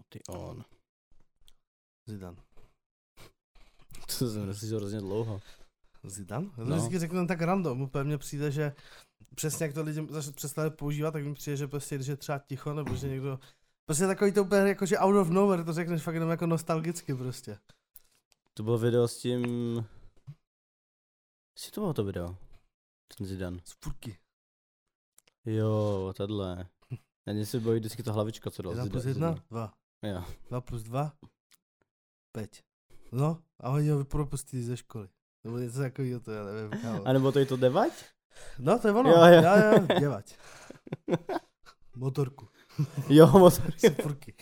Motion. Zidane. To jsem neslyšel hrozně dlouho. Zidane? Já to No. vždycky řeknu tak random, úplně mně přijde, že přesně jak to lidi přestali používat, tak mi přijde, že prostě, když je třeba ticho, nebo že někdo, prostě takový to úplně jako, že out of nowhere, to řekneš fakt jenom jako nostalgicky prostě. To bylo video s tím... Co to bylo to video? Ten Zidane. Z furky. Jo, tahle. Já mě se bojí vždycky ta hlavička, co dal 1 plus Zidane. 1, 2. Jo. 2 plus 2, 5. No, a oni ho propustili ze školy. Nebo něco takového, to já nevím, kámo. A nebo to je to devať? No, to je ono. Jo. Děvať. Motorku. Jo, motor. Z furky.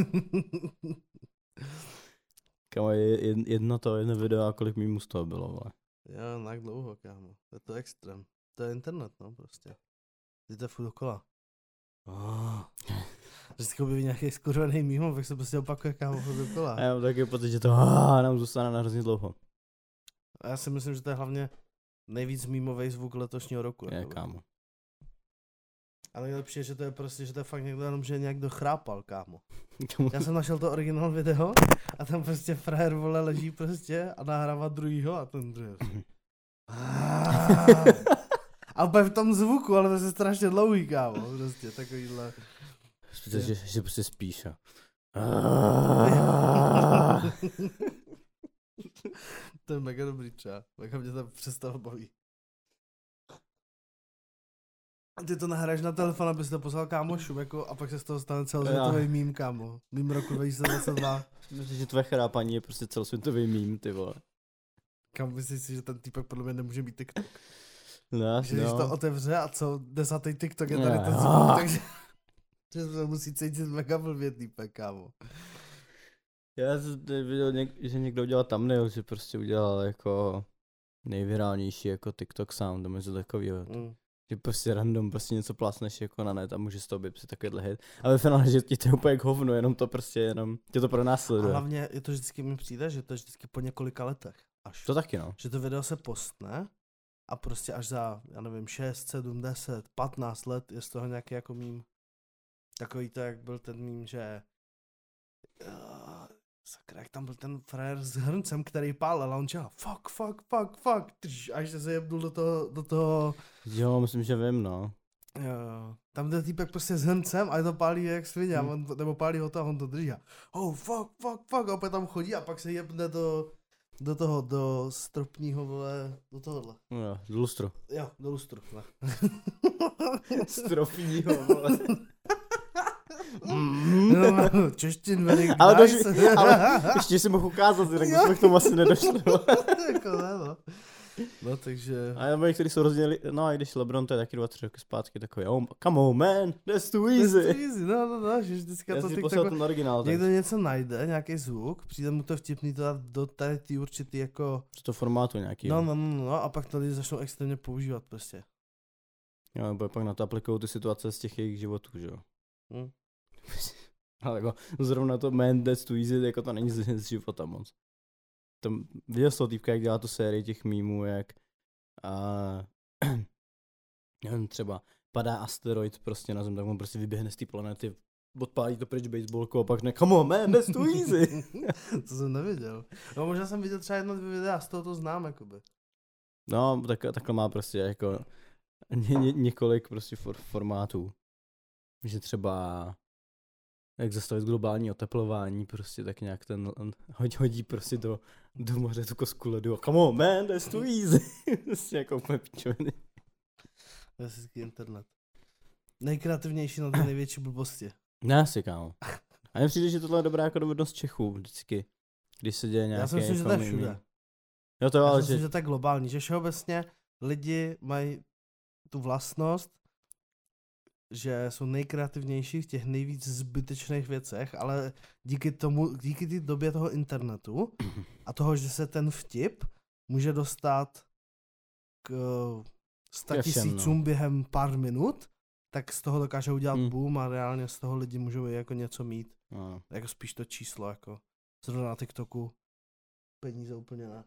Kámo, jedno video a kolik mýmů z toho bylo, vole. Jo, tak dlouho, kámo. Je to extrém. To je internet, no, prostě. Jdete furt dokola. Vždycky objeví nějaký skurvený mimo, pak se prostě opakuje, kámo, furt dokola. A já mám taky pocit, že to nám zůstane na hrozně dlouho. A já si myslím, že to je hlavně nejvíc mýmovej zvuk letošního roku. Je, jakoby. kámo. Ale nejlepší je, že to je prostě, že to je fakt někdo jenom, že nějak dochrápal, kámo. Já jsem našel to originál video a tam prostě frajer, vole, leží prostě a nahrává druhýho a ten druhý. A úplně v tom zvuku, ale to je strašně dlouhý, kámo, prostě takovýhle. Že prostě spíš, jo. To je mega dobrý třeba, mega mě to přestalo baví. A ty to nahraješ na telefon, abys to poslal kámošům, jako, a pak se z toho stane celosvětový mím, kámo. Mím roku 2022. Myslím, že tvoje chrápaní je prostě celosvětový mím, ty vole. Kam myslíš si, že ten týpek podle mě nemůže být TikTok? No, Že když to no. otevře a co 10. TikTok je tady Ne. ten zvuk, takže že to musí cítit mega blbě týpek, kámo. Já jsem viděl, že někdo udělal thumbnail, že prostě udělal jako nejvirálnější jako TikTok sound, nebo něco takového. Že prostě random prostě něco plásneš jako na net a může z toho být takovýhle hit. A ve finále, že ti to je úplně k hovnu, jenom to prostě jenom, tě to A pronásleduje. hlavně je to vždycky mi přijde, že to je vždycky po několika letech. Až. To taky no. Že to video se postne a prostě až za, já nevím, 6, 7, 10, 15 let je z toho nějaký jako mím. Takový to, jak byl ten mím, že sakra, jak tam byl ten frajer s hrncem, který pálil a on čeká fuck, až se jebnul do toho. Jo, myslím, že vím, no. Jo. Tam jde týpek prostě s hrncem a je to pálí jak svině, nebo pálí ho to a on to drží. Oh fuck, a opět tam chodí a pak se jebne do stropního, vole, do tohohle. Jo, do lustru. Jo, do lustru, ne. Stropního, vole. No, češtin very nice. Ale ještě si mohl ukázat, tak bychom k tomu asi nedošli. Jako ne, no. No, takže... A nebo někteří jsou rozdělili, no a když LeBron, to je taky 2-3 roky zpátky takový, oh, come on man, that's too easy. No, že vždycky Já to si TikToku, poslal ten originál. někdo něco najde, nějaký zvuk, přijde mu to vtipný to dát do té určitý jako... Z toho formátu nějaký. No, a pak to lidi začnou extrémně používat prostě. Jo, nebo pak na to aplikují ty situace z těch jejich životů, že jo. Ale jako zrovna to man, that's too easy, jako to není z života moc. Tam viděl jsi toho týpka, jak dělá tu sérii těch mýmů, jak nevím, třeba padá asteroid prostě na zem, tak on prostě vyběhne z té planety, odpálí to pryč baseballku a pak ne, come on man, that's too easy. To jsem neviděl. No možná jsem viděl třeba 1-2 videa, z toho to znám, jakoby. No, takhle má prostě jako několik prostě formátů. Že třeba jak zastavit globální oteplování, prostě tak nějak ten hodí prostě do moře tu kosku ledu a come on man, that's too easy. Prostě jako úplně pičoviny. Klasický internet. Nejkreativnější na ty největší blbosti. Ne, si kámo. A mně přijde, že tohle je dobrá jako dovednost Čechů vždycky, když se děje nějaké... Já si myslím, že to je všude. Jo, to je, Já ale si myslím, že to je globální, že všeobecně lidi mají tu vlastnost, že jsou nejkreativnější v těch nejvíc zbytečných věcech, ale díky té době toho internetu a toho, že se ten vtip může dostat k 100 000 během pár minut, tak z toho dokáže udělat boom a reálně z toho lidi můžou jako něco mít. Jako spíš to číslo, jako zrovna na TikToku peníze úplně ne.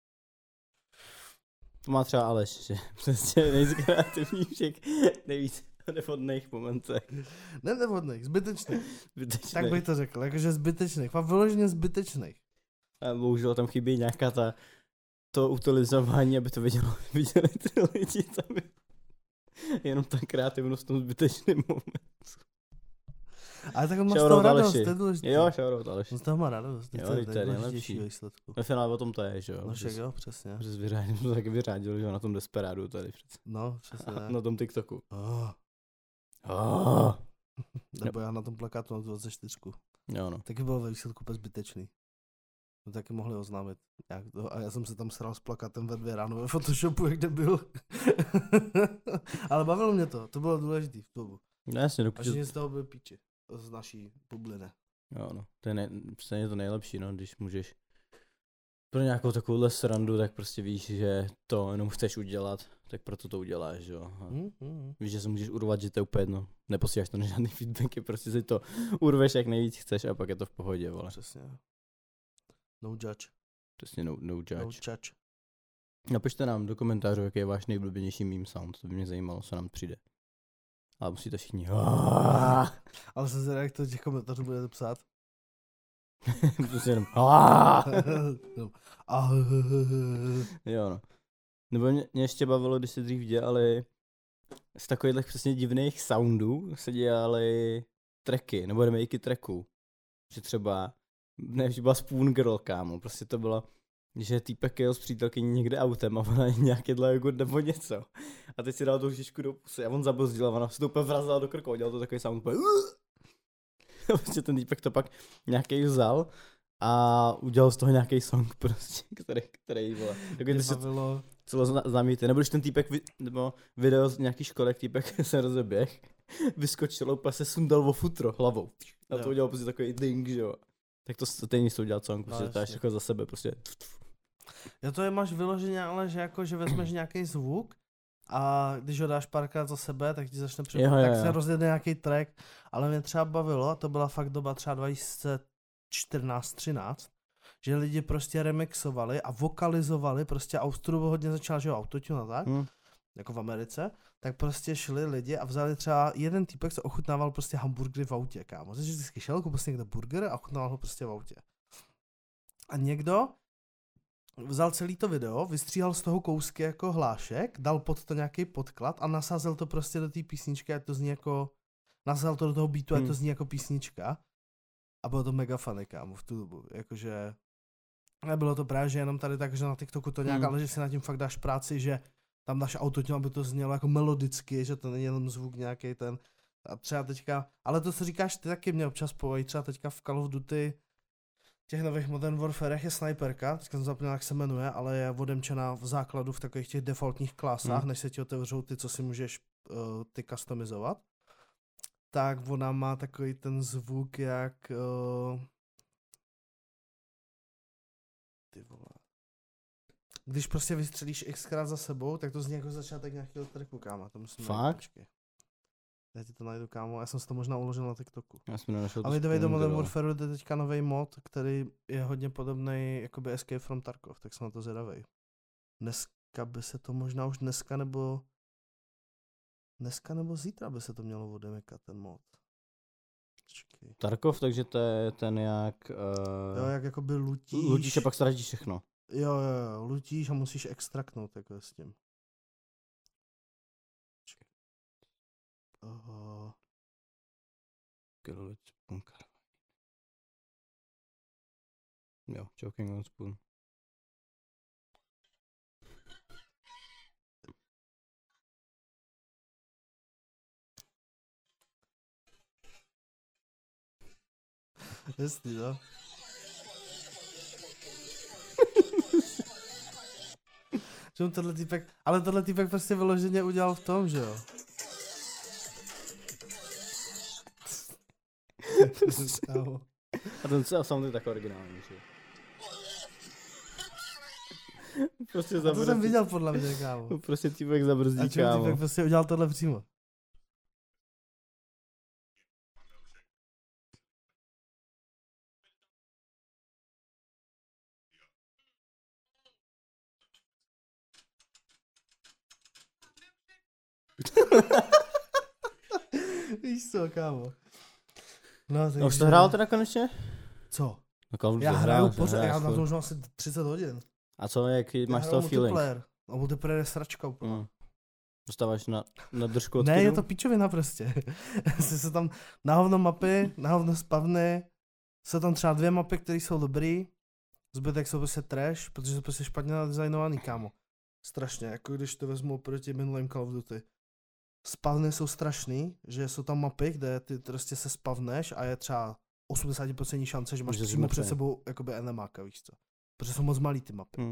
To má třeba Aleš, že prostě nejvíc kreativní všech, nejvíc nevhodných momentech. Ne nevhodných, zbytečných. Zbytečných. Tak bych to řekl, jakože zbytečných. Fakt vyloženě zbytečných. A bohužel tam chybí nějaká to utilizování, aby to viděli ty lidi, tam je jenom ta kreativnost v tom zbytečným momentu. Ale tak on má z toho radost, to je důležité. Jo, shoutout Aleši. On z toho má radost, Jo, to je to je nejdůležitější nejlepší. výsledku. Ve finále o tom to je, že jo? No však jo, přesně. Protože jsme to taky vyřádili, že jo, na tom Desperadu tady přece. No, přesně. Na tom TikToku. Oh. Nebo já na tom plakátu na 24. Jo, no. Taky bylo ve výsledku úplně zbytečný. To taky mohli oznámit. A já jsem se tam sral s plakátem ve 2 ráno ve Photoshopu, jak debil. Ale bavilo mě to bylo důležitý v dobu. No jasně, A dokud... že z toho byly píči. Z naší bubliny. Jo, no. To je přesně to nejlepší, no, když můžeš pro nějakou takovouhle srandu, tak prostě víš, že to jenom chceš udělat, tak proto to uděláš, jo. A víš, že se můžeš urvat, že to je úplně jedno. Neposíláš to na žádný feedbacky, prostě si to urveš jak nejvíc chceš a pak je to v pohodě, vole. Přesně. No judge. Přesně no judge. No judge. Napište nám do komentářů, jaký je váš nejblblnější meme sound, to by mě zajímalo, co nám přijde. Ale musíte všichni. Ale jsem zvědavý, jak to těch komentářů budete psát. Prostě jenom. Jo, no. Nebo mě ještě bavilo, když se dřív dělali z takových přesně divných soundů se dělali tracky, nebo remakey tracků. Že třeba, ne, že byla Spoon Girl, kámo, prostě to bylo, že týpek jel s přítelkyní někde autem a ona nějaký jogurt nebo něco. A teď si dal tou žičku do pusy a on zabrzdil a ona se to úplně vrazila do krku a dělal to takový sound úplně. A prostě ten týpek to pak nějaký vzal a udělal z toho nějaký song prostě, který bylo. Takový známý ty. Nebo když ten týpek, nebo video z nějaký školy, jak týpek se rozeběh, vyskočil, úplně se sundal o futro hlavou. A to udělal prostě takový ding, že jo. Tak to stejně se udělal song, prostě to je jako za sebe, prostě. Jo, to je máš vyloženě, ale že jako, že vezmeš nějaký zvuk a když ho dáš párkrát za sebe, tak ti začne tak se rozjede nějaký track, ale mě třeba bavilo, to byla fakt doba třeba 2014-13, že lidi prostě remixovali a vokalizovali, prostě Austru hodně začal, že jo, autotune a tak, jako v Americe, tak prostě šli lidi a vzali třeba jeden týpek, co ochutnával prostě hamburgery v autě, kámo. Takže vždycky šel, koupil si někde burger a ochutnával ho prostě v autě. A někdo vzal celý to video, vystříhal z toho kousky jako hlášek, dal pod to nějaký podklad a nasázel to prostě do té písničky, ať to zní jako, nasázel to do toho beatu, ať to zní jako písnička. A bylo to mega funny, kámo, v tu dobu, jakože, nebylo to právě, že jenom tady tak, že na TikToku to nějak, ale že si na tím fakt dáš práci, že tam dáš autotune, aby to znělo jako melodicky, že to není jenom zvuk nějaký ten, a třeba teďka, ale to, co říkáš, ty taky mě občas povají, třeba teďka v Call of Duty, těch nových Modern Warfarech je sniperka, teďka jsem zapomněl, jak se jmenuje, ale je odemčená v základu v takových těch defaultních klasách, než se ti otevřou ty, co si můžeš ty customizovat. Tak ona má takový ten zvuk, jak ty vole. Když prostě vystřelíš xkrát za sebou, tak to zní jako začátek nějakého tracku, kámo. To musím fakt? Já ti to najdu, kámo, já jsem si to možná uložil na TikToku. Já jsem nenašel. A vydavej do Modern Warfare jde teďka nový mod, který je hodně podobný jakoby Escape from Tarkov, tak jsem na to zvědavej. Dneska by se to možná už dneska nebo zítra by se to mělo odemykat, ten mod. Čekej. Tarkov, takže to je ten jak... Jo, jak jakoby lutíš. Lutíš a pak ztratíš všechno. Jo, lutíš a musíš extraktnout jako s tím. Jo, Choking on Spoon. Jestli, no. Ale tohle týpek prostě vyloženě udělal v tom, že jo? A ten sound je tak originální, že? Prostě a to jsem viděl podle mě, kámo. Prostě týpek zabrzdí, kámo. Týpek prostě udělal tohle přímo. Víš co, kámo. No, A už to hrál teda konečně? Co? No, Call of Duty Já hraju pořád, hraješ já na furt. to už mám asi 30 hodin. A co, jaký máš Já toho hraju feeling? multiplayer. A multiplayer je sračka úplně. Dostáváš na držku od Ne, kidu? je to pičovina prostě. Jsou tam na hovno mapy, na hovno spavny, jsou tam třeba 2 mapy, které jsou dobrý, zbytek jsou prostě trash, protože jsou prostě špatně nadizajnovaný, kámo. Strašně, jako když to vezmu proti minulým Call of Duty. Spavny jsou strašný, že jsou tam mapy, kde ty prostě se spavneš a je třeba 80% šance, že máš Že jsi přímo před mrtvej. sebou jakoby enemáka, víš co. Protože jsou moc malý ty mapy.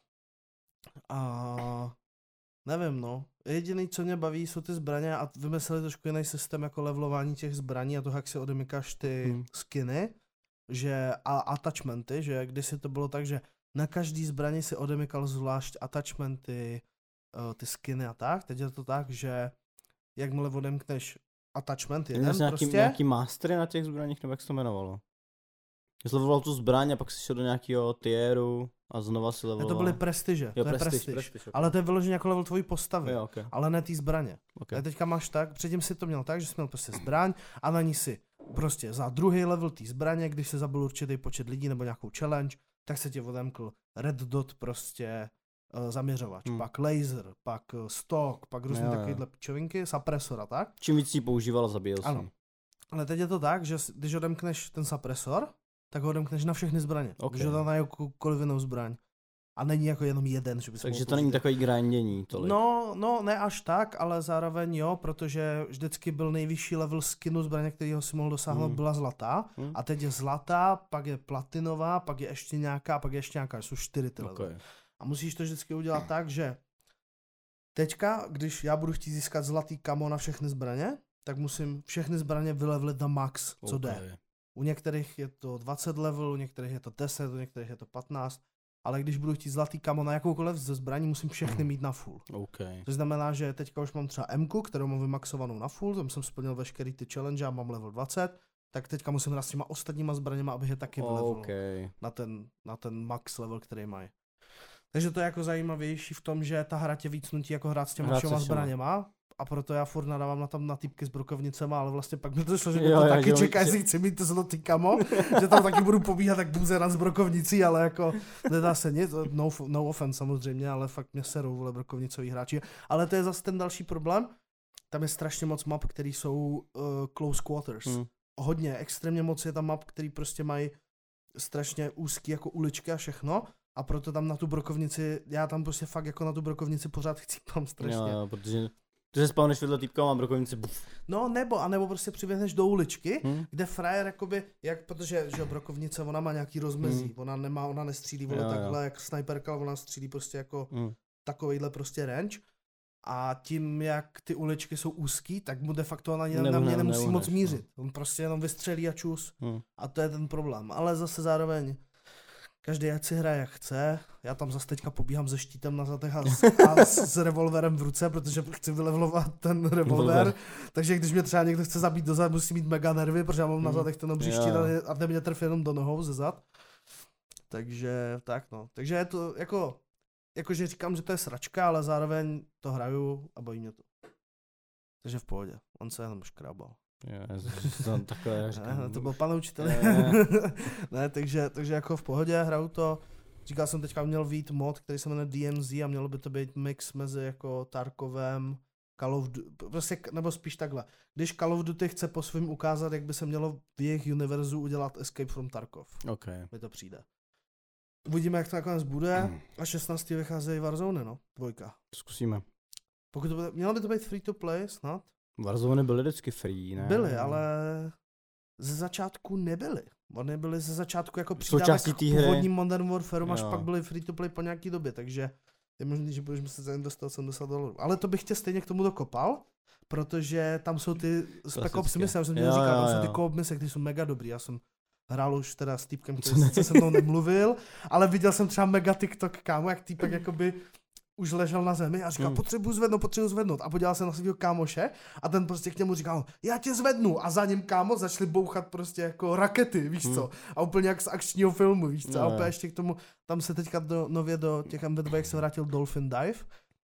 A nevím, no. Jediný, co mě baví, jsou ty zbraně a vymysleli trošku jiný systém jako levelování těch zbraní a to, jak si odemykáš ty skiny, že a attachmenty, že kdysi to bylo tak, že na každý zbraně si odemykal zvlášť attachmenty, ty skiny a tak. Teď je to tak, že jakmile odemkneš attachment jeden prostě. Nějaký mastery na těch zbraních, nebo jak se to jmenovalo? Jsi leveloval tu zbraň a pak si šel do nějakého tieru a znova si leveloval. To byly prestiže, Jo, to je prestiž, okay. Ale to je vyloženě jako level tvojí postavy, jo, okay. ale ne ty zbraně. Okay. A teďka máš tak, předtím si to měl tak, že jsi měl prostě zbraň a na ní si prostě za druhý level té zbraně, když se zabil určitý počet lidí nebo nějakou challenge, tak se ti odemkl red dot prostě zaměřovač, pak laser, pak stock, pak různý takovýhle pičovinky, suppressor tak. Čím víc si používal, zabíjel si. Ano. Ale teď je to tak, že když odemkneš ten suppressor, tak ho odemkneš na všechny zbraně. Okay. Když ho dá na jakoukoliv jinou zbraň. A není jako jenom jeden, že bys Takže to není takový grindění tolik. No, ne až tak, ale zároveň jo, protože vždycky byl nejvyšší level skinu zbraně, kterýho si mohl dosáhnout, byla zlatá. A teď je zlatá, pak je platinová, pak je ještě nějaká, pak je ještě nějaká, jsou 4 ty levely. Okay. A musíš to vždycky udělat tak, že teďka, když já budu chtít získat zlatý kamo na všechny zbraně, tak musím všechny zbraně vylevelit na max, co jde. U některých je to 20 level, u některých je to 10, u některých je to 15, ale když budu chtít zlatý kamo na jakoukoliv ze zbraní, musím všechny mít na full. Okay. To znamená, že teďka už mám třeba M-ku, kterou mám vymaxovanou na full, tam jsem splnil veškerý ty challenge a mám level 20, tak teďka musím hrát s těma ostatníma zbraněma, abych je taky vylevelil na ten max level, který mají. Takže to je jako zajímavější v tom, že ta hra tě víc nutí jako hrát s těma všema zbraněma. A proto já furt nadávám na týpky s brokovnicema, ale vlastně pak mi to šlo, že mě to taky čeká, jestli chci mít to zlatý kamo, že tam taky budu pobíhat tak bůzeran s brokovnicí, ale jako nedá se nic, no offense samozřejmě, ale fakt mě serou, vole, brokovnicoví hráči. Ale to je zase ten další problém, tam je strašně moc map, který jsou close quarters. Hodně, extrémně moc je tam map, který prostě mají strašně úzký jako uličky a všechno. A proto tam na tu brokovnici, já tam prostě fakt jako na tu brokovnici pořád chcípám strašně. Jo, protože ty se spawneš vedle týpka a má brokovnici buf. No nebo prostě přiběhneš do uličky, kde frajer jakoby, protože že brokovnice, ona má nějaký rozmezí, ona nestřílí vole takhle jak snajperka, ale ona střílí prostě jako takovejhle prostě range. A tím, jak ty uličky jsou úzký, tak mu de facto ona na mě nemusí moc mířit. On prostě jenom vystřelí a čus. A to je ten problém. Ale zase zároveň každý ať si hraje jak chce, já tam zase teďka pobíhám se štítem na zadech a s revolverem v ruce, protože chci vylevelovat ten revolver, takže když mě třeba někdo chce zabít dozad, musí mít mega nervy, protože já mám na zadech ten obří štít a ten mě trefí jenom do nohou ze zad. Takže tak no, takže je to jakože říkám, že to je sračka, ale zároveň to hraju a bojí mě to. Takže v pohodě, on se jenom škrábal. Takhle říkám. To byl pan učitel. Ne, takže jako v pohodě, hraju to. Říkal jsem teďka, měl vyjít mod, který se jmenuje DMZ a mělo by to být mix mezi jako Tarkovem, Call of Duty, prostě, nebo spíš takhle. Když Call of Duty chce po svým ukázat, jak by se mělo v jejich univerzu udělat Escape from Tarkov. Okay. Mi to přijde. Uvidíme, jak to nakonec bude. A 16. vycházejí Warzone, no, 2. Zkusíme. Pokud to bude, mělo by to být free to play snad? Warzone byly vždycky free, ne? Byly, ale ze začátku nebyly. Oni byly ze začátku jako přidávek k původním Modern Warfare, až pak byly free to play po nějaký době, takže je možný, že budeš muset za ně dostat $70. Ale to bych tě stejně k tomu dokopal, protože tam jsou ty Spec Ops mise, já jsem říkal, tam jsou ty co-op mise, které jsou mega dobrý. Já jsem hrál už teda s týpkem, který se mnou nemluvil, ale viděl jsem třeba mega TikTok, kámo, jak týpek jakoby už ležel na zemi a říkal, potřebuji zvednout. A podíval se na svého kámoše a ten prostě k němu říkal, já tě zvednu. A za ním kámo začali bouchat prostě jako rakety, víš co. A úplně jak z akčního filmu, víš co. A úplně ještě k tomu, tam se teďka nově do těch MV2 se vrátil Dolphin Dive,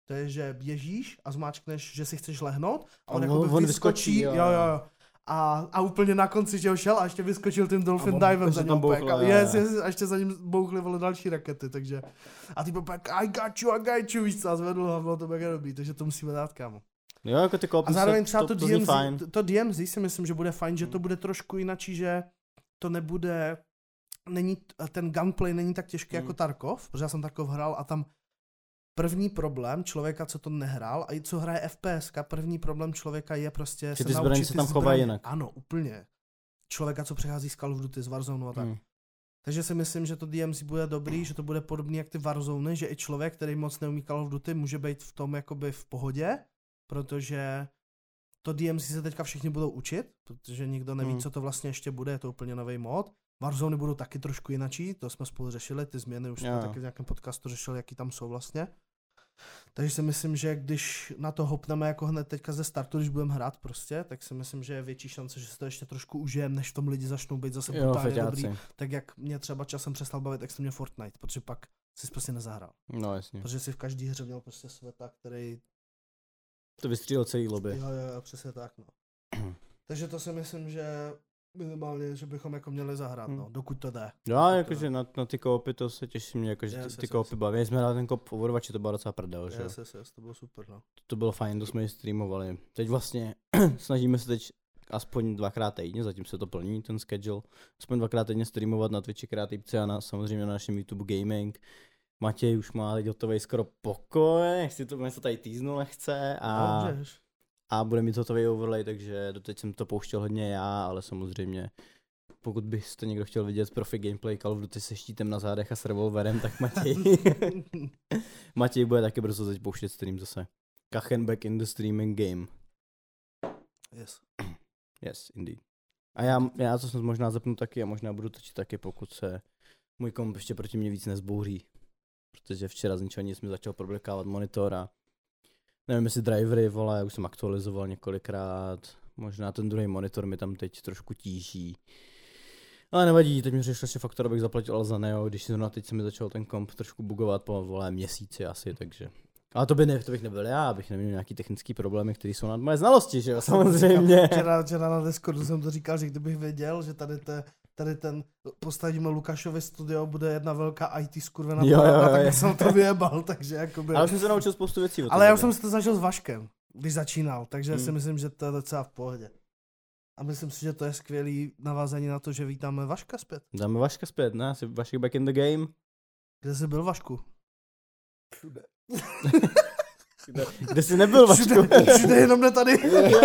To je, že běžíš a zmáčkneš, že si chceš lehnout a On on vyskočí, jo. A úplně na konci, že ho šel a ještě vyskočil tím Dolphin Divem za něm. A ještě za ním bouchly vole další rakety, takže. A ty pak I got you, víš co, a zvedl ho a bylo to mega dobrý, takže to musíme dát, kámo. Jo, jako ty kopy. A zároveň třeba to DMZ, to DMZ si myslím, že bude fajn, že to bude trošku jinačí, že to nebude, ten gunplay není tak těžký jako Tarkov, protože já jsem Tarkov hrál a tam první problém člověka, co to nehrál a i co hraje FPS, první problém člověka je prostě že se ty naučit zbraně se tam chovají jinak. Ano, úplně. Člověka, co přechází z Call of Duty, z Warzone a tak. Takže si myslím, že to DMZ bude dobrý, že to bude podobný jak ty Warzone, že i člověk, který moc neumí Call of Duty, může být v tom jakoby v pohodě, protože to DMZ se teďka všichni budou učit, protože nikdo neví, co to vlastně ještě bude, je to úplně nový mod. Warzone budou taky trošku jinačí, to jsme spolu řešili, ty změny, už jsme taky v nějakém podcastu řešili, jaký tam jsou vlastně. Takže si myslím, že když na to hopneme jako hned teďka ze startu, když budeme hrát prostě, tak si myslím, že je větší šance, že se to ještě trošku užijeme, než v tom lidi začnou být zase brutálně dobrý. Tak jak mě třeba časem přestal bavit extrémně Fortnite, protože pak si prostě nezahrál. No jasně. Protože si v každý hře měl prostě světa, který to vystřílel celý lobby. Jo, přesně tak, no. Takže to si myslím, že minimálně, že bychom jako měli zahrát, no, dokud to jde. Jo, jakože na ty koopy to se těším, jakože ty koopy baví. Jsme hrali ten koop v Overwatchi, to bylo docela prdel, že jo. To bylo super, no. To bylo fajn, to jsme ji streamovali. Teď vlastně snažíme se teď aspoň 2x týdně, zatím se to plní, ten schedule, aspoň 2x týdně streamovat na Twitchi Kreativci a samozřejmě na našem YouTube Gaming. Matěj už má teď hotovej skoro pokoj, jestli to tady týznu lehce a bude mít hotový overlay, takže doteď jsem to pouštěl hodně já, ale samozřejmě pokud byste někdo chtěl vidět profi gameplay Call of Duty se štítem na zádech a s revolverem, tak Matěj bude taky brzo teď pouštět stream zase. Kachen back in the streaming game. Yes, indeed. A já to jsem možná zapnu taky a možná budu točit taky, pokud se můj komp ještě proti mě víc nezbouří. Protože včera z ničeho nic mi začal problékávat monitor a nevím, jestli drivery, vole, už jsem aktualizoval několikrát. Možná ten druhý monitor mi tam teď trošku tíží. Ale nevadí, teď mi řešil ještě faktor, abych zaplatil ale za Neo, když zrovna teď se mi začal ten komp trošku bugovat po vole měsíci asi, takže. Ale to bych nebyl já, abych neměl nějaký technický problémy, které jsou nad moje znalosti, že jo, samozřejmě. Včera na Discordu jsem to říkal, že kdybych věděl, že tady ten postavíme Lukášovi studio, bude jedna velká IT skurvená programa, tak jsem to vyjebal, takže jakoby. Ale už jsem se naučil spoustu věcí. Ale já už jsem si to zažil s Vaškem, když začínal, takže si myslím, že to je docela v pohodě. A myslím si, že to je skvělý navázání na to, že vítáme Vaška zpět. Dáme Vaška zpět, ne? Jsi Vašek back in the game. Kde jsi byl, Vašku? Všude. Kde jsi nebyl, Vašku? Všude, jenom ne tady.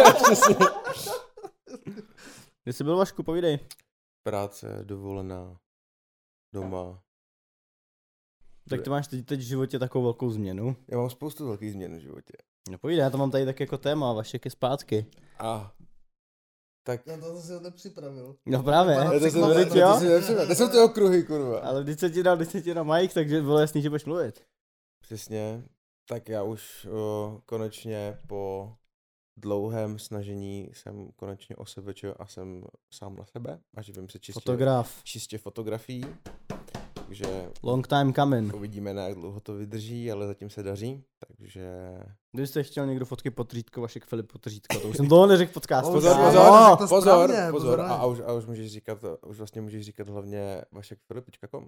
Kde jsi byl, Vašku, povídej. Práce, dovolená, doma. Tak ty máš teď v životě takovou velkou změnu. Já mám spoustu velkých změn v životě. No povídej, já to mám tady tak jako téma, Vašek je zpátky. Tak. Já to jsem nepřipravil. No právě. To jsou ty okruhy, kurva. Ale když se ti dal Mike, takže bylo jasný, že budeš mluvit. Přesně. Tak já už konečně po dlouhém snažení jsem konečně OSVČ a jsem sám na sebe a živím se čistě fotografií. Takže long time coming. Uvidíme, na jak dlouho to vydrží, ale zatím se daří, takže. Kdybyste chtěl někdo fotky Potřídko, Vašek Filip Potřídko, to už jsem dlouho neřekl podcast. Pozor. A už můžeš říkat hlavně vašekfilip.com.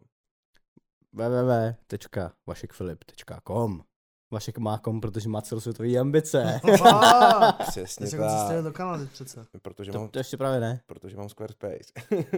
www.vašekfilip.com. Vašek má kom, protože má celosvětové ambice. Přesně tak. tak. Do Kanady přece. Protože to ještě právě ne. Protože mám Squarespace.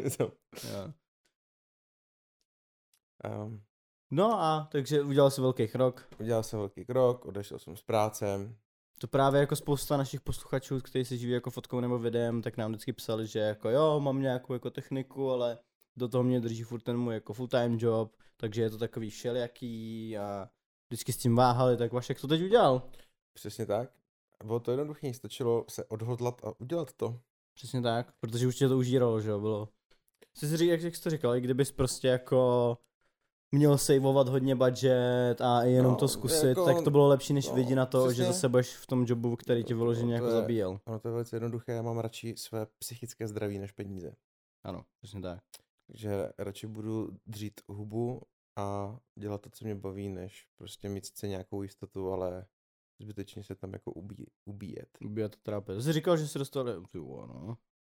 No a takže udělal jsi velký krok. Odešel jsem z práce. To právě jako spousta našich posluchačů, kteří se živí jako fotkou nebo videem, tak nám vždycky psali, že jako jo, mám nějakou jako techniku, ale do toho mě drží furt ten můj jako full time job, takže je to takový všelijaký a vždycky s tím váhali, tak Vašek to teď udělal. Přesně tak. Bylo to jednoduché, stačilo se odhodlat a udělat to. Přesně tak, protože už tě to užíralo, že jo, bylo. Jak jsi to říkal, i kdybys prostě jako měl saveovat hodně budget a jenom to zkusit, jako, tak to bylo lepší, než vidí na to, přesně, že zase budeš v tom jobu, který tě vyloženě jako zabíjel. Ono to je velice jednoduché, já mám radši své psychické zdraví než peníze. Ano, přesně tak. Takže radši budu dřít hubu a dělat to, co mě baví, než prostě mít sice nějakou jistotu, ale zbytečně se tam jako ubíjet. Ubíjet to trápě. Ty jsi říkal, že jsi dostal, no.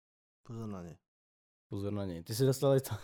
Pozor na něj. Ty jsi dostal to.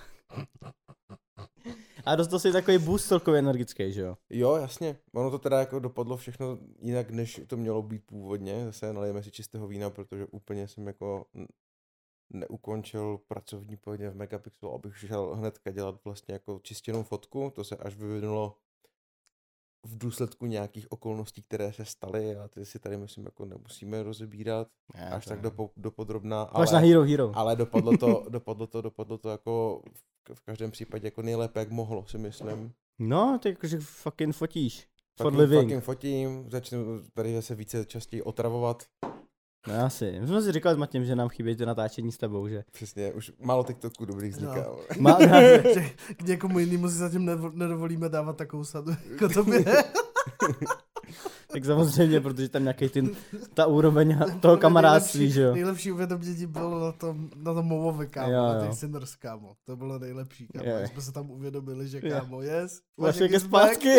A dostal jsi takový boost celkově energický, že jo? Jo, jasně. Ono to teda jako dopadlo všechno jinak, než to mělo být původně. Zase nalijeme si čistého vína, protože úplně jsem jako neukončil pracovní pohodně v Megapixelu, abych šel hnedka dělat vlastně jako čistěnou fotku. To se až vyvinulo v důsledku nějakých okolností, které se staly a ty si tady myslím jako nemusíme rozebírat až tak dopodrobná. Až na Hero. Ale dopadlo to jako v každém případě jako nejlépe, jak mohlo, si myslím. No, ty jakože fucking fotíš. Fucking fotím, začnu tady se více častěji otravovat. No asi. My jsme si říkali s Matějem, že nám chybí to natáčení s tebou, že? Přesně, už málo TikToků dobrých vzniká. No. Že k někomu jinému si zatím nedovolíme dávat takovou sadu jako tobě. Tak samozřejmě, protože tam nějaký ta úroveň toho kamarádství, že jo? Nejlepší uvědomění bylo na tom Movovi, kámo, na těch Sinners, kámo. To bylo nejlepší, kámo. Jsme se tam uvědomili, že kámo, Vašek je zpátky.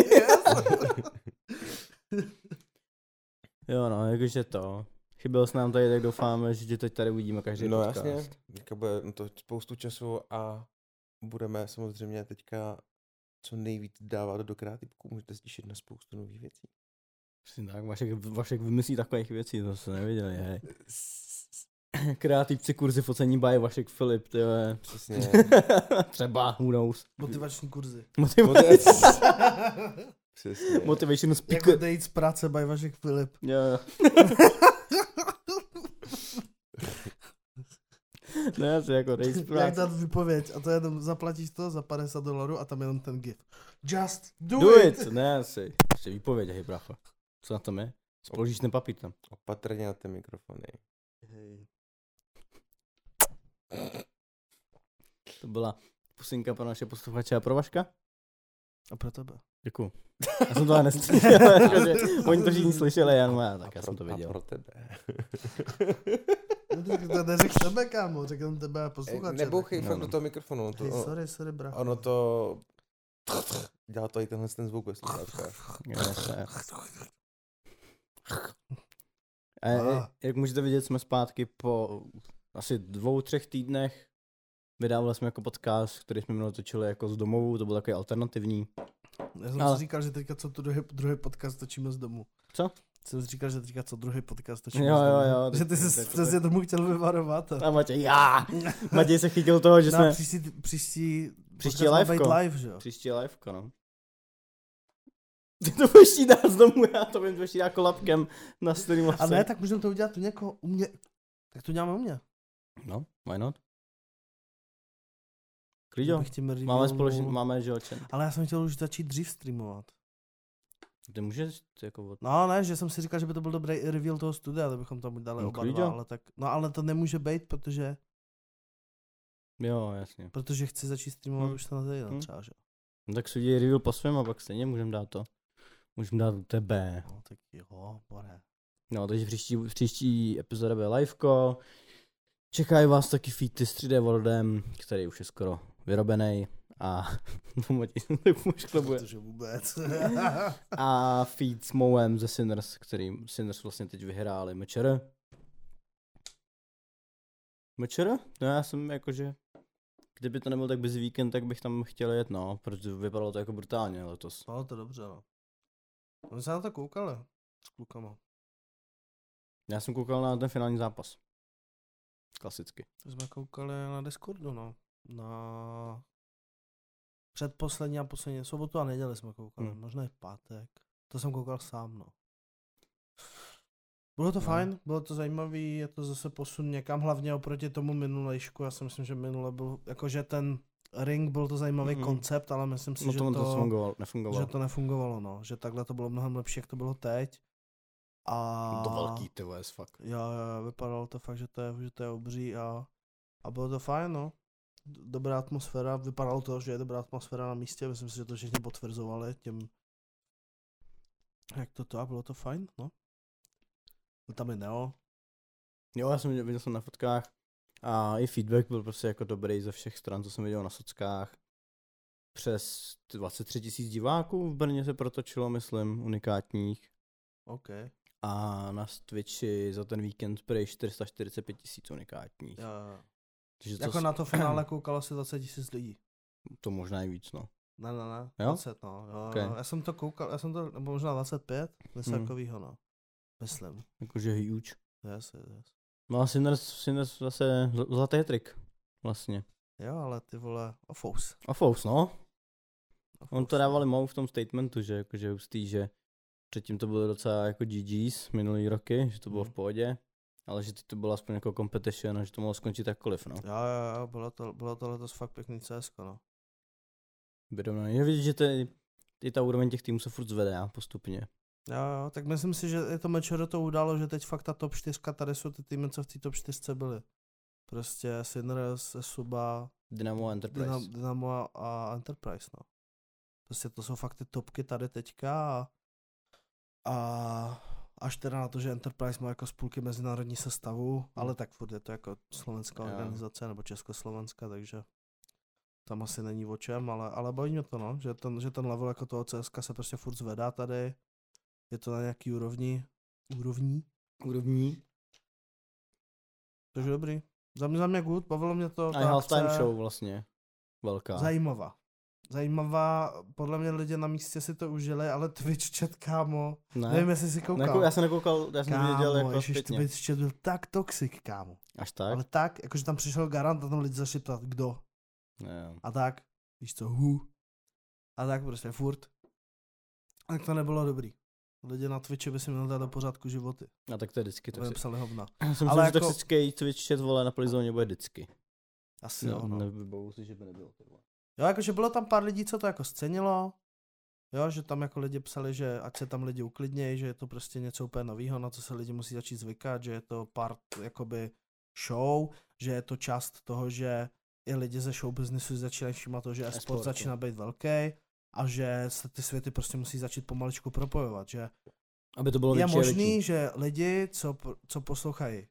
Jo, no, jakože to. Chybělo s nám tady, tak doufáme, že tě teď tady uvidíme každý podcast. Jasně, teďka bude to spoustu času a budeme samozřejmě teďka co nejvíc dávat do kreativku, můžete se těšit na spoustu nových věcí. Přesně tak, Vašek vymyslí takových věcí, to jste neviděli, hej. Kreativci kurzy focení by Vašek Filip, tyhle. Přesně. Třeba, who knows. Motivační kurzy. Přesně. Motivation speaker. Jako dejít z práce by Vašek Filip. Jo. Ne, asi jako dejít z práce. Jak dát vypověď a to jenom zaplatíš to za $50 a tam jenom ten gif. Just do it. Ne, asi. Ještě výpověď, hej, brácho. Co na tom je? Spoložíš ten papír tam. Opatrně na ty mikrofony. Hej. To byla pusinka pro naše posluchače a pro Vaška? A pro tebe. Děkuju. Já jsem to ale neslyšel, oni to všichni slyšeli, tak já jsem to věděl. A pro tebe. To neřek tebe, kámo, řekl tebe a posluchače. Nebouchej fakt do toho mikrofonu. Sorry, brácho. Ono to... Dělá to i tenhle ten zvuk ve sluchátkách. Jak můžete vidět, jsme zpátky po asi 2-3 týdnech. Vydávali jsme jako podcast, který jsme minule točili jako z domovu, to byl takový alternativní. Já jsem si říkal, že teďka co druhý podcast točíme z domu. Co? Jsem si říkal, že teďka co druhý podcast točíme z domu. Jo. Že ty jsi přesně tomu chtěl vyvarovat. A Matěj se chytil toho, že jsme... Příští live, že jo? Příští liveko, no. Ty to budeš jí dát z domu, já to vím, budeš jí dát kolapkem na streamu. A ne, tak můžeme to udělat u mě. Tak to děláme u mě. No, why not? Klidě, máme že očen. Ale já jsem chtěl už začít dřív streamovat. Ty můžeš jako... No ne, že jsem si říkal, že by to byl dobrý reveal toho studia, to bychom tam dali oba dva, ale tak... No ale to nemůže být, protože... Jo, jasně. Protože chci začít streamovat už to na týden třeba, že? No tak si udělej reveal po svém a pak stejně můžeme dát to. Můžeme dát u tebe. No tak jo, bude. No, takže příští epizoda bude liveko. Čekají vás taky feedy s 3D Worldem, který už je skoro vyrobený. A protože vůbec. A feed s Mowem ze Sinners, který Sinners vlastně teď vyhráli. Mečer? No já jsem jakože, kdyby to nebyl tak busy víkend, tak bych tam chtěl jet, no, protože vypadalo to jako brutálně letos. No to dobře, no. Oni se na to koukali s klukama. Já jsem koukal na ten finální zápas. Klasicky. Jsme koukali na Discordu, no. Na předposlední a poslední sobotu a neděli jsme koukali, možná i v pátek. To jsem koukal sám, no. Bylo to fajn, bylo to zajímavý, je to zase posun někam, hlavně oproti tomu minulejšku. Já si myslím, že minule byl, jakože ten ring byl to zajímavý koncept, ale myslím si, že to nefungovalo. Že to nefungovalo, no. Že takhle to bylo mnohem lepší, jak to bylo teď. A... To velký, ty vůbec, fakt. Jo, vypadalo to fakt, že to je obří a bylo to fajn, no. Dobrá atmosféra, vypadalo to, že je dobrá atmosféra na místě, myslím si, že to všichni potvrzovali tím, jak to a bylo to fajn, no. Byl tam i Neo. Jo, já jsem viděl na fotkách a i feedback byl prostě jako dobrý ze všech stran, co jsem viděl na sockách. Přes 23 000 diváků v Brně se protočilo, myslím, unikátních. OK. A na Twitchi za ten víkend prej 445 000 unikátních. Jo. Takže Jako na to finále koukalo se 20 000 lidí. To možná i víc, no. Ne, jo? 20, no. Jo, Okay. Já jsem to koukal, nebo možná 25, něco takovýho, no. Myslím. Jakože huge. Yes. No a Sinners zase zlatý trik, vlastně. Jo, ale ty vole, Ofous. Ofous, no. On to dávali mou v tom statementu, že jakože hustý, že předtím to bylo docela jako GG's minulý roky, že to bylo v pohodě, ale že teď to bylo aspoň jako competition a že to mohlo skončit jakkoliv, no. Jo, bylo to letos fakt pěkný CSko, no. Bědomno, je vidět, že ta úroveň těch týmů se furt zvede postupně. Jo, tak myslím si, že je to mečero to udalo, že teď fakt ta top 4, tady jsou ty týmy, co v té top 4 byly. Prostě Sinners, Suba, Dynamo Enterprise. Dynamo a Enterprise, no. Prostě to jsou fakt ty topky tady teďka a až teda na to, že Enterprise má jako z půlky mezinárodní sestavu, ale tak furt je to jako slovenská organizace nebo československá, takže tam asi není o čem, ale baví mě to, no, že ten level jako toho CSK se prostě furt zvedá tady, je to na nějaký úrovni. Takže dobrý. Za mě good, bavilo mě to. A halftime show vlastně, velká. Zajímavá, podle mě lidi na místě si to užili, ale Twitch chat, kámo, nevím, jestli si koukal. Já jsem nekoukal, já jsem viděl jako zpětně. Twitch chat byl tak toxic, kámo. Až tak? Ale tak, jakože tam přišel Garant a tam lidi začali ptát, kdo. A tak, víš co, a tak prostě furt. Tak to nebylo dobrý. Lidi na Twitchi by si měli dát do pořádku životy. A tak to je vždycky toxický. Psali hovna. Já jsem myslel, že jako toxický Twitch chat, vole, na Playzone bude vždycky. Asi jo, no. Nevybavu si, že by nebylo. Jo, jakože bylo tam pár lidí, co to jako scenilo. Jo, že tam jako lidi psali, že ať se tam lidi uklidnějí, že je to prostě něco úplně novýho, na co se lidi musí začít zvykat, že je to part jakoby show, že je to část toho, že i lidi ze show businessu začínají všímat to, že e-sport začíná být velký a že se ty světy prostě musí začít pomaličku propojovat, že aby to bylo je možný, že lidi, co poslouchají